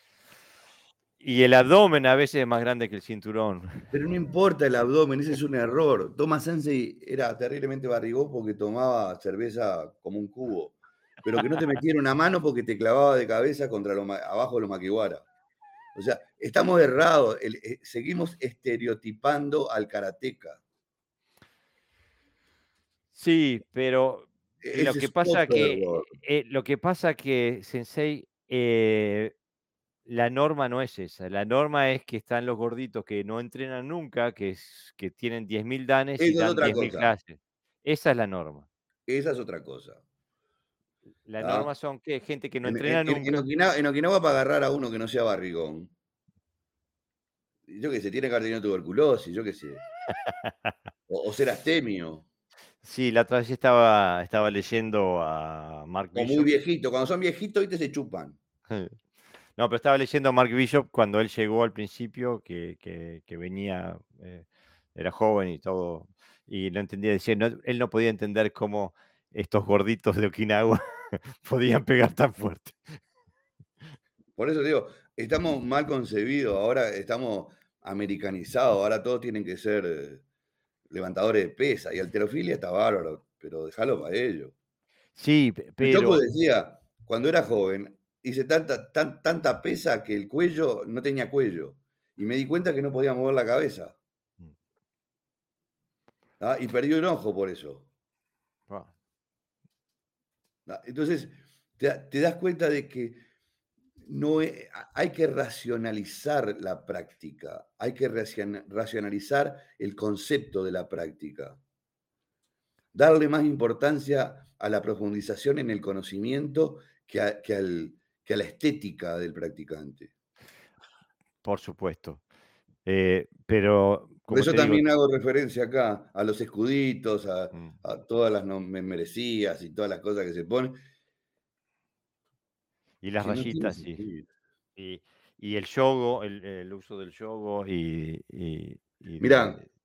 Y el abdomen a veces es más grande que el cinturón. Pero no importa el abdomen, ese es un error. Thomas Sensei era terriblemente barrigón porque tomaba cerveza como un cubo, pero que no te metiera una mano porque te clavaba de cabeza contra lo, abajo de los maquiwara. O sea, estamos errados, el, eh, seguimos estereotipando al karateca. Sí, pero E- lo Ese que es pasa otro que, error. eh, lo que pasa que, Sensei, eh, la norma no es esa. La norma es que están los gorditos que no entrenan nunca, que, es- que tienen diez mil danes y Eso es dan otra diez mil cosa. clases. Esa es la norma. Esa es otra cosa. La ¿Tá? norma son que gente que no En, en, entrena en, en nunca. Okinawa, en Okinawa para agarrar a uno que no sea barrigón, yo que sé, tiene que haber tenido tuberculosis, yo qué sé, o, o ser astemio, Sí, la otra vez estaba, estaba leyendo a Mark o muy Bishop. viejito. Cuando son viejitos, ¿viste? Se chupan. No, pero estaba leyendo a Mark Bishop cuando él llegó al principio, que, que- que venía, eh, era joven y todo, y no entendía, decía, no- él no podía entender cómo estos gorditos de Okinawa podían pegar tan fuerte. Por eso digo, estamos mal concebidos, ahora estamos americanizados, ahora todos tienen que ser eh, levantadores de pesa, y halterofilia está bárbaro, pero déjalo para ellos. Sí, pe- El Choco pero decía, cuando era joven, hice tanta, tan- tanta pesa que el cuello no tenía cuello, y me di cuenta que no podía mover la cabeza, mm, ¿tá? Y perdí un ojo por eso. ah, ¿Tá? Entonces, te, te das cuenta de que no e- a- hay que racionalizar la práctica, hay que racion- racionalizar el concepto de la práctica, darle más importancia a la profundización en el conocimiento que a, que al- que a la estética del practicante. por supuesto. Eh, pero, Por como eso te digo, también hago referencia acá a los escuditos, a, mm, a todas las no me merecías y todas las cosas que se ponen, y las que no tienen rayitas, sí. sentido. Y, y el yogo, el, el uso del yogo y, y- y Mirá, de...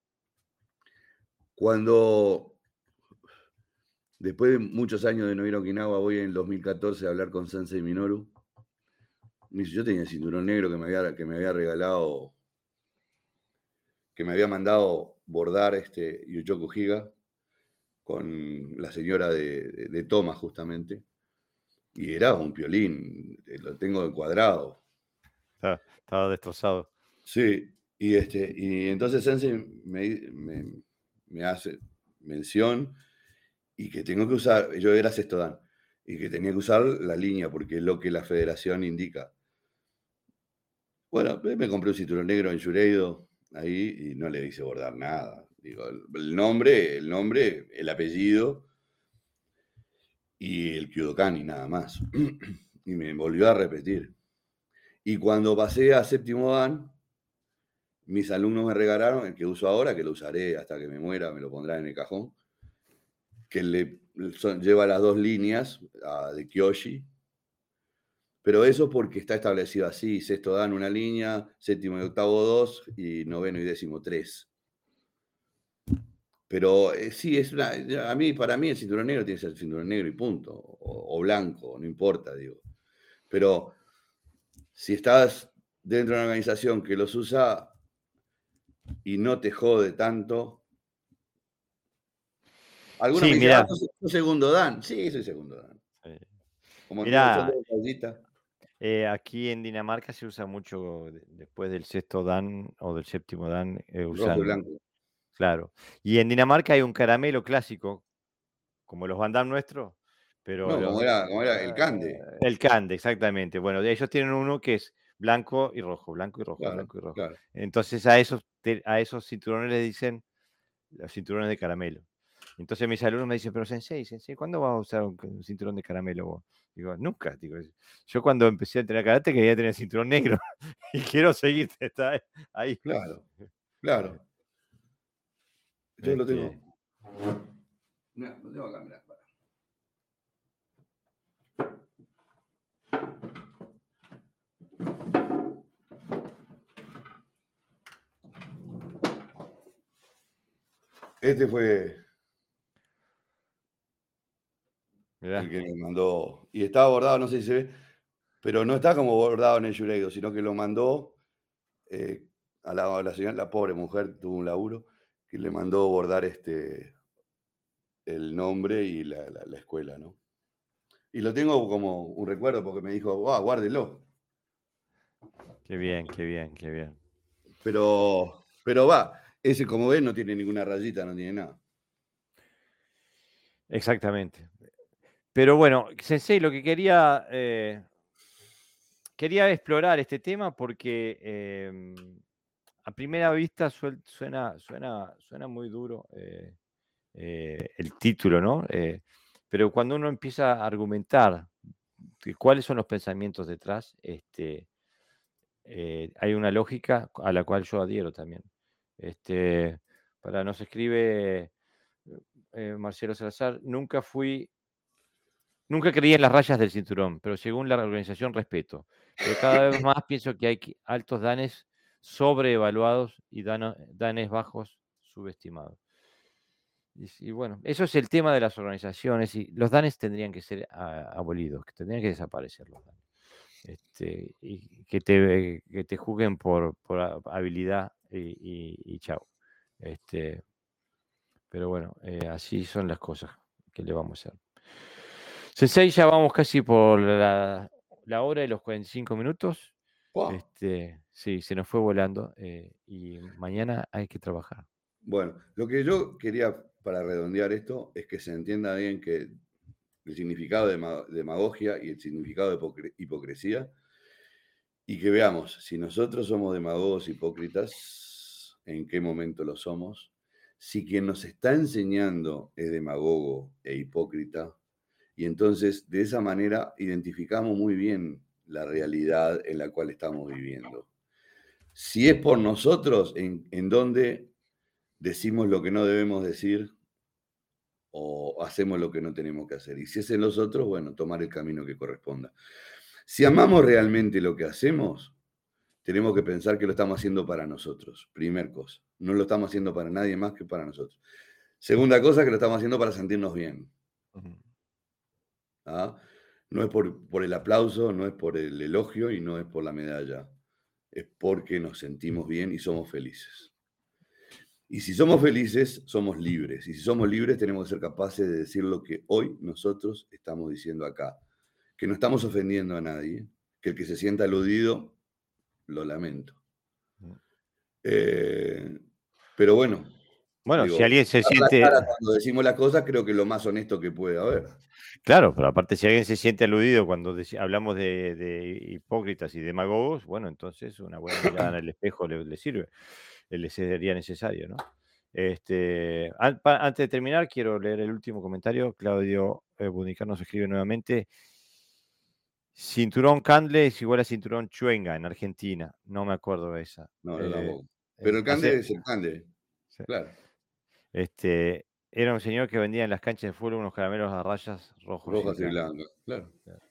cuando después de muchos años de no ir a Okinawa, voy en el dos mil catorce a hablar con Sensei Minoru. Me dice, yo tenía el cinturón negro que me había, que me había regalado, que me había mandado bordar este Yuchoku Higa con la señora de, de, de Toma, justamente. Y era un piolín, eh, lo tengo encuadrado. Estaba, estaba destrozado. Sí, y, este, y entonces Sensei me, me, me hace mención y que tengo que usar, yo era sexto dan, y que tenía que usar la línea porque es lo que la federación indica. Bueno, me compré un cinturón negro en Yureido ahí y no le hice bordar nada. Digo, el, el nombre, el nombre, el apellido y el Kyudokan y nada más. Y me volvió a repetir. Y cuando pasé a séptimo dan, mis alumnos me regalaron el que uso ahora, que lo usaré hasta que me muera, me lo pondrán en el cajón, que le, son, lleva las dos líneas uh, de Kyoshi, pero eso porque está establecido así, sexto dan una línea, séptimo y octavo dos, y noveno y décimo tres. Pero eh, sí, es una, a mí, para mí el cinturón negro tiene que ser el cinturón negro y punto, o, o blanco, no importa, digo. Pero si estás dentro de una organización que los usa y no te jode tanto, algunos Sí, me dicen, ah, mira, sos, sos segundo dan. Sí, soy segundo dan. eh, Como no, son mira, dos rayitas. eh, aquí en Dinamarca se usa mucho de- después del sexto dan o del séptimo dan, eh, Rojo y usan, blanco. claro. Y en Dinamarca hay un caramelo clásico, como los Van Damme nuestros, pero No, como los, era, como era el Cande. eh, el Cande, exactamente. Bueno, de ellos tienen uno que es blanco y rojo, blanco y rojo, Claro, blanco y rojo. claro. Entonces a esos, te- a esos cinturones les dicen los cinturones de caramelo. Entonces mis alumnos me dicen, pero Sensei, Sensei, ¿cuándo vas a usar un, un cinturón de caramelo vos? Digo, nunca. Digo, yo cuando empecé a entrenar karate quería tener cinturón negro y quiero seguir está ahí. Claro, claro. Yo lo tengo. Este, Mirá, lo tengo acá, mirá. Este fue el mirá, que me mandó. Y estaba bordado, no sé si se ve, pero no está como bordado en el Yureido, sino que lo mandó eh, a, la, a la señora, la pobre mujer, tuvo un laburo, que le mandó bordar este, el nombre y la, la- la escuela, ¿no? Y lo tengo como un recuerdo porque me dijo, ah, guárdelo. qué bien, qué bien, qué bien. Pero, pero va, ese como ves no tiene ninguna rayita, no tiene nada. Exactamente. Pero bueno, Sensei, lo que quería, eh, quería explorar este tema porque em, a primera vista suel- suena, suena, suena muy duro eh, eh, el título, ¿no? Eh, pero cuando uno empieza a argumentar que cuáles son los pensamientos detrás, este, eh, hay una lógica a la cual yo adhiero también. Este, para nos escribe eh, Marcelo Salazar, nunca fui, nunca creí en las rayas del cinturón, pero según la organización respeto. Pero cada vez más pienso que hay que- altos danes sobreevaluados y dano- danes bajos subestimados. Y, s- y bueno, eso es el tema de las organizaciones y los danes tendrían que ser a- abolidos, que tendrían que desaparecer los danes. Este, y que te, que te juzguen por, por ha- habilidad y, y, y chau. Este, pero bueno, eh, así son las cosas que le vamos a hacer. Sensei, ya vamos casi por la, la hora de los cuarenta y cinco minutos. ¡Guau! Este, sí, se nos fue volando eh, y mañana hay que trabajar. Bueno, lo que yo quería para redondear esto es que se entienda bien que el significado de dema- demagogia y el significado de hipocre- hipocresía, y que veamos si nosotros somos demagogos hipócritas, en qué momento lo somos, si quien nos está enseñando es demagogo e hipócrita, y entonces de esa manera identificamos muy bien la realidad en la cual estamos viviendo. Si es por nosotros, en, en donde decimos lo que no debemos decir o hacemos lo que no tenemos que hacer. Y si es en los otros, bueno, tomar el camino que corresponda. Si amamos realmente lo que hacemos, tenemos que pensar que lo estamos haciendo para nosotros, primer cosa. No lo estamos haciendo para nadie más que para nosotros. Segunda cosa, que lo estamos haciendo para sentirnos bien. Ujú. ¿Ah? No es por, por el aplauso, no es por el elogio y no es por la medalla. Es porque nos sentimos bien y somos felices. Y si somos felices, somos libres. Y si somos libres, tenemos que ser capaces de decir lo que hoy nosotros estamos diciendo acá. Que no estamos ofendiendo a nadie, que el que se sienta aludido, lo lamento. Mm. Eh, pero bueno, Bueno, si digo, alguien se dar la siente, cara cuando decimos las cosas creo que es lo más honesto que puede haber. claro, pero aparte si alguien se siente aludido cuando deci- hablamos de, de hipócritas y demagogos, bueno, entonces una buena mirada en el espejo le, le sirve, eh, le sería necesario, ¿no? Este, an- pa- antes de terminar, quiero leer el último comentario. Claudio eh, Bunicar nos escribe nuevamente. Cinturón Candle es igual a cinturón Chuenga en Argentina. No me acuerdo de esa. No, no Eh, tampoco. Pero eh, el cande hace- es el cande, sí. claro. Este, era un señor que vendía en las canchas de fútbol unos caramelos a rayas rojos y Rojas y blancos. blancas, claro.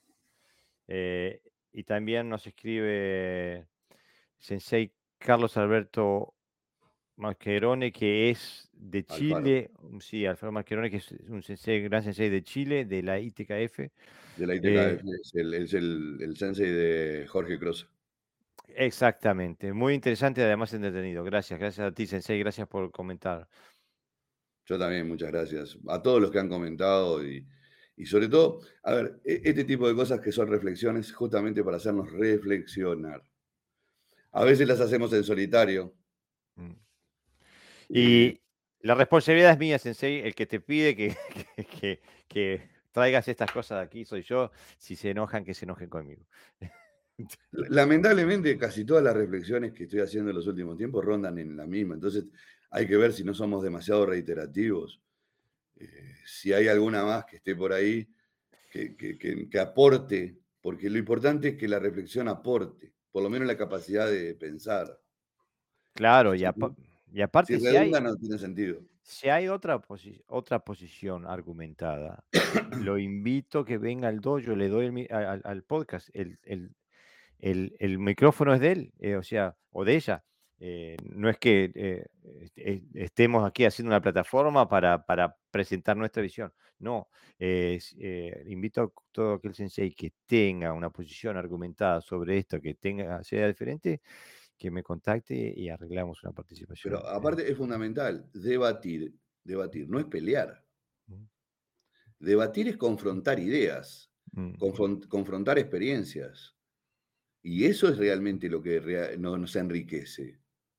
Eh, y también nos escribe Sensei Carlos Alberto Mascherone, que es de Alfaro, Chile. um, Sí, Alfredo Mascherone, que es un sensei, gran sensei de Chile, de la I T K F. de la Eh, I T K F, es el, es el, el sensei de Jorge Crosa. exactamente, muy interesante y además entretenido. Gracias, gracias a ti, Sensei, gracias por comentar. Yo también, muchas gracias. A todos los que han comentado y, y sobre todo, a ver, e- este tipo de cosas que son reflexiones justamente para hacernos reflexionar. A veces las hacemos en solitario. Mm. Y Y la responsabilidad es mía, Sensei, el que te pide que, que, que, que traigas estas cosas de aquí, soy yo. Si se enojan, que se enojen conmigo. Lamentablemente, casi todas las reflexiones que estoy haciendo en los últimos tiempos rondan en la misma. Entonces, hay que ver si no somos demasiado reiterativos. Eh, si hay alguna más que esté por ahí, que, que, que, que aporte, porque lo importante es que la reflexión aporte, por lo menos la capacidad de pensar. Claro, y, Si, apa- y si aparte, si redunda, hay, no tiene sentido. si hay otra, posi- otra posición argumentada, lo invito a que venga al dojo, le doy el mi- a- al, al podcast. El, el, el, el micrófono es de él, eh, o sea, o de ella. Eh, no es que eh, est- est- estemos aquí haciendo una plataforma para, para presentar nuestra visión. No, eh, es, eh, invito a todo aquel sensei que tenga una posición argumentada sobre esto, que tenga, sea diferente, que me contacte y arreglamos una Pero participación. eh. aparte es fundamental, debatir, debatir, no es pelear. Mm, Debatir es confrontar ideas, mm. confron- confrontar experiencias. Y eso es realmente lo que rea- no- nos enriquece.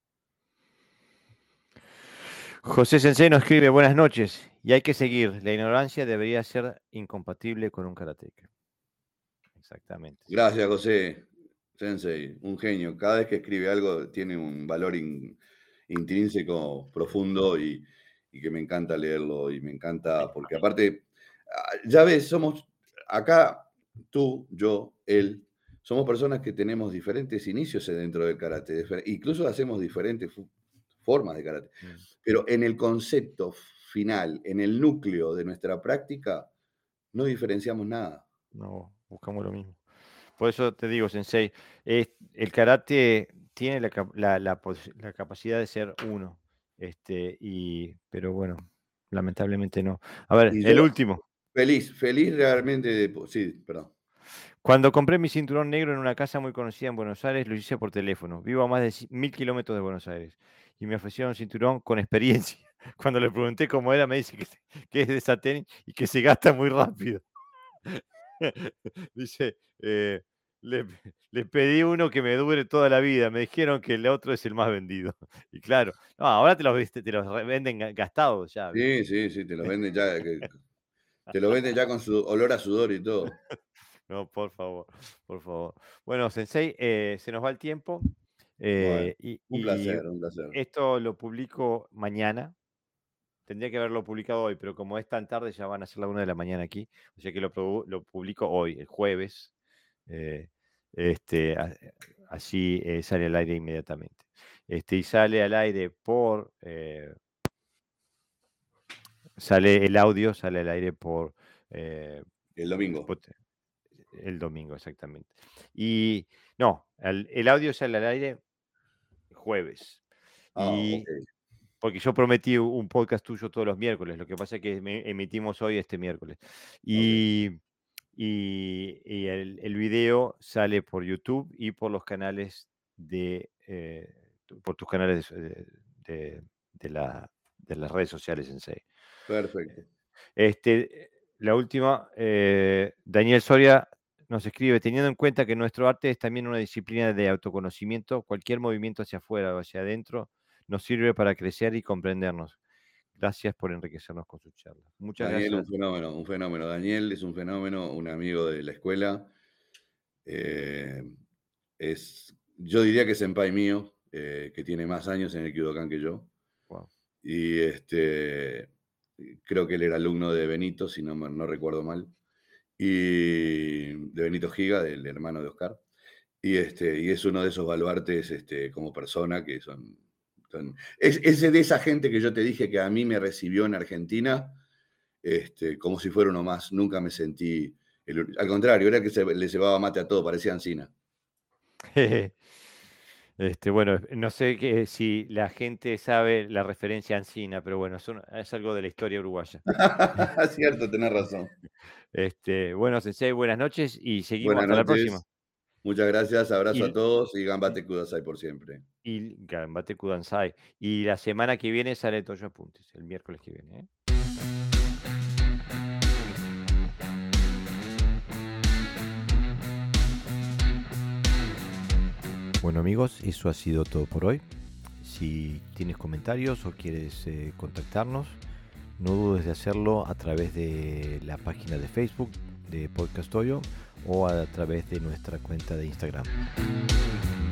José Sensei nos escribe, buenas noches, y hay que seguir. La ignorancia debería ser incompatible con un karateca. Exactamente. Sí. Gracias, José. Sensei, un genio. Cada vez que escribe algo tiene un valor in- intrínseco profundo y, y que me encanta leerlo y me encanta, porque aparte, ah, ya ves, somos acá, tú, yo, él, somos personas que tenemos diferentes inicios dentro del karate, difer- incluso hacemos diferentes fu- formas de karate, Mm, pero en el concepto final, en el núcleo de nuestra práctica, no diferenciamos nada. No, buscamos lo mismo. Por eso te digo, Sensei, es- el karate tiene la, cap- la- la pos- la capacidad de ser uno, este, y, pero bueno, lamentablemente no. A ver, Y yo el último. feliz, feliz realmente de... Sí, perdón. Cuando compré mi cinturón negro en una casa muy conocida en Buenos Aires, lo hice por teléfono. Vivo a más de ci- mil kilómetros de Buenos Aires y me ofrecieron un cinturón con experiencia. Cuando le pregunté cómo era, me dice que, se- que es de satén y que se gasta muy rápido. Dice, eh, le, le pedí uno que me dure toda la vida. Me dijeron que el otro es el más vendido. Y claro, no, ahora te los, viste- te los re- venden ga- gastados ya, ¿viste? Sí, sí, sí, te lo venden ya, que- te lo venden ya con su olor a sudor y todo. No, por favor, por favor. Bueno, Sensei, eh, se nos va el tiempo Bueno, eh, y, un y placer, un placer. esto lo publico mañana. Tendría que haberlo publicado hoy, pero como es tan tarde, ya van a ser la una de la mañana aquí. O sea que lo, probu- lo publico hoy, el jueves. eh, este, a- Así eh, sale al aire inmediatamente. Este, y sale al aire por. eh, sale el audio, sale al aire por. eh, El domingo. Spot- el domingo, exactamente. Y no, el, el audio sale al aire jueves. Ah, ok, Y porque yo prometí u- un podcast tuyo todos los miércoles, lo que pasa es que me- emitimos hoy este miércoles. ok. Y, y- y el, el video sale por YouTube y por los canales de, eh, tu- por tus canales de, de- de la- de las redes sociales en sí. Perfecto. Este, la última, eh, Daniel Soria nos escribe, teniendo en cuenta que nuestro arte es también una disciplina de autoconocimiento, cualquier movimiento hacia afuera o hacia adentro nos sirve para crecer y comprendernos. Gracias por enriquecernos con su charla. Muchas Daniel, un gracias. fenómeno, un fenómeno. Daniel es un fenómeno, un amigo de la escuela. Eh, es, yo diría que es senpai mío, eh, que tiene más años en el Kyudokan que yo. Wow. Y este, creo que él era alumno de Benito, si no, me- no recuerdo mal. Y de Benito Giga, del hermano de Oscar. Y, este, y es uno de esos baluartes este, como persona que son... son- es, es de esa gente que yo te dije que a mí me recibió en Argentina, este, como si fuera uno más. Nunca me sentí... el- al contrario, era que se, le llevaba mate a todo, parecía Ancina. Este, bueno, no sé que, si la gente sabe la referencia a Ancina, pero bueno, eso no- es algo de la historia uruguaya. Cierto, tenés razón. Este, bueno, Sensei, buenas noches y seguimos Buenas hasta la próxima. noches. Muchas gracias, abrazo a Y, todos y gambate kudasai por siempre. y Gambate Kudansai. Y la semana que viene sale Toyo Apuntes, el miércoles que viene. ¿eh? Bueno amigos, eso ha sido todo por hoy. Si tienes comentarios o quieres eh, contactarnos, no dudes de hacerlo a través de la página de Facebook de Podcast Toyo o a través de nuestra cuenta de Instagram.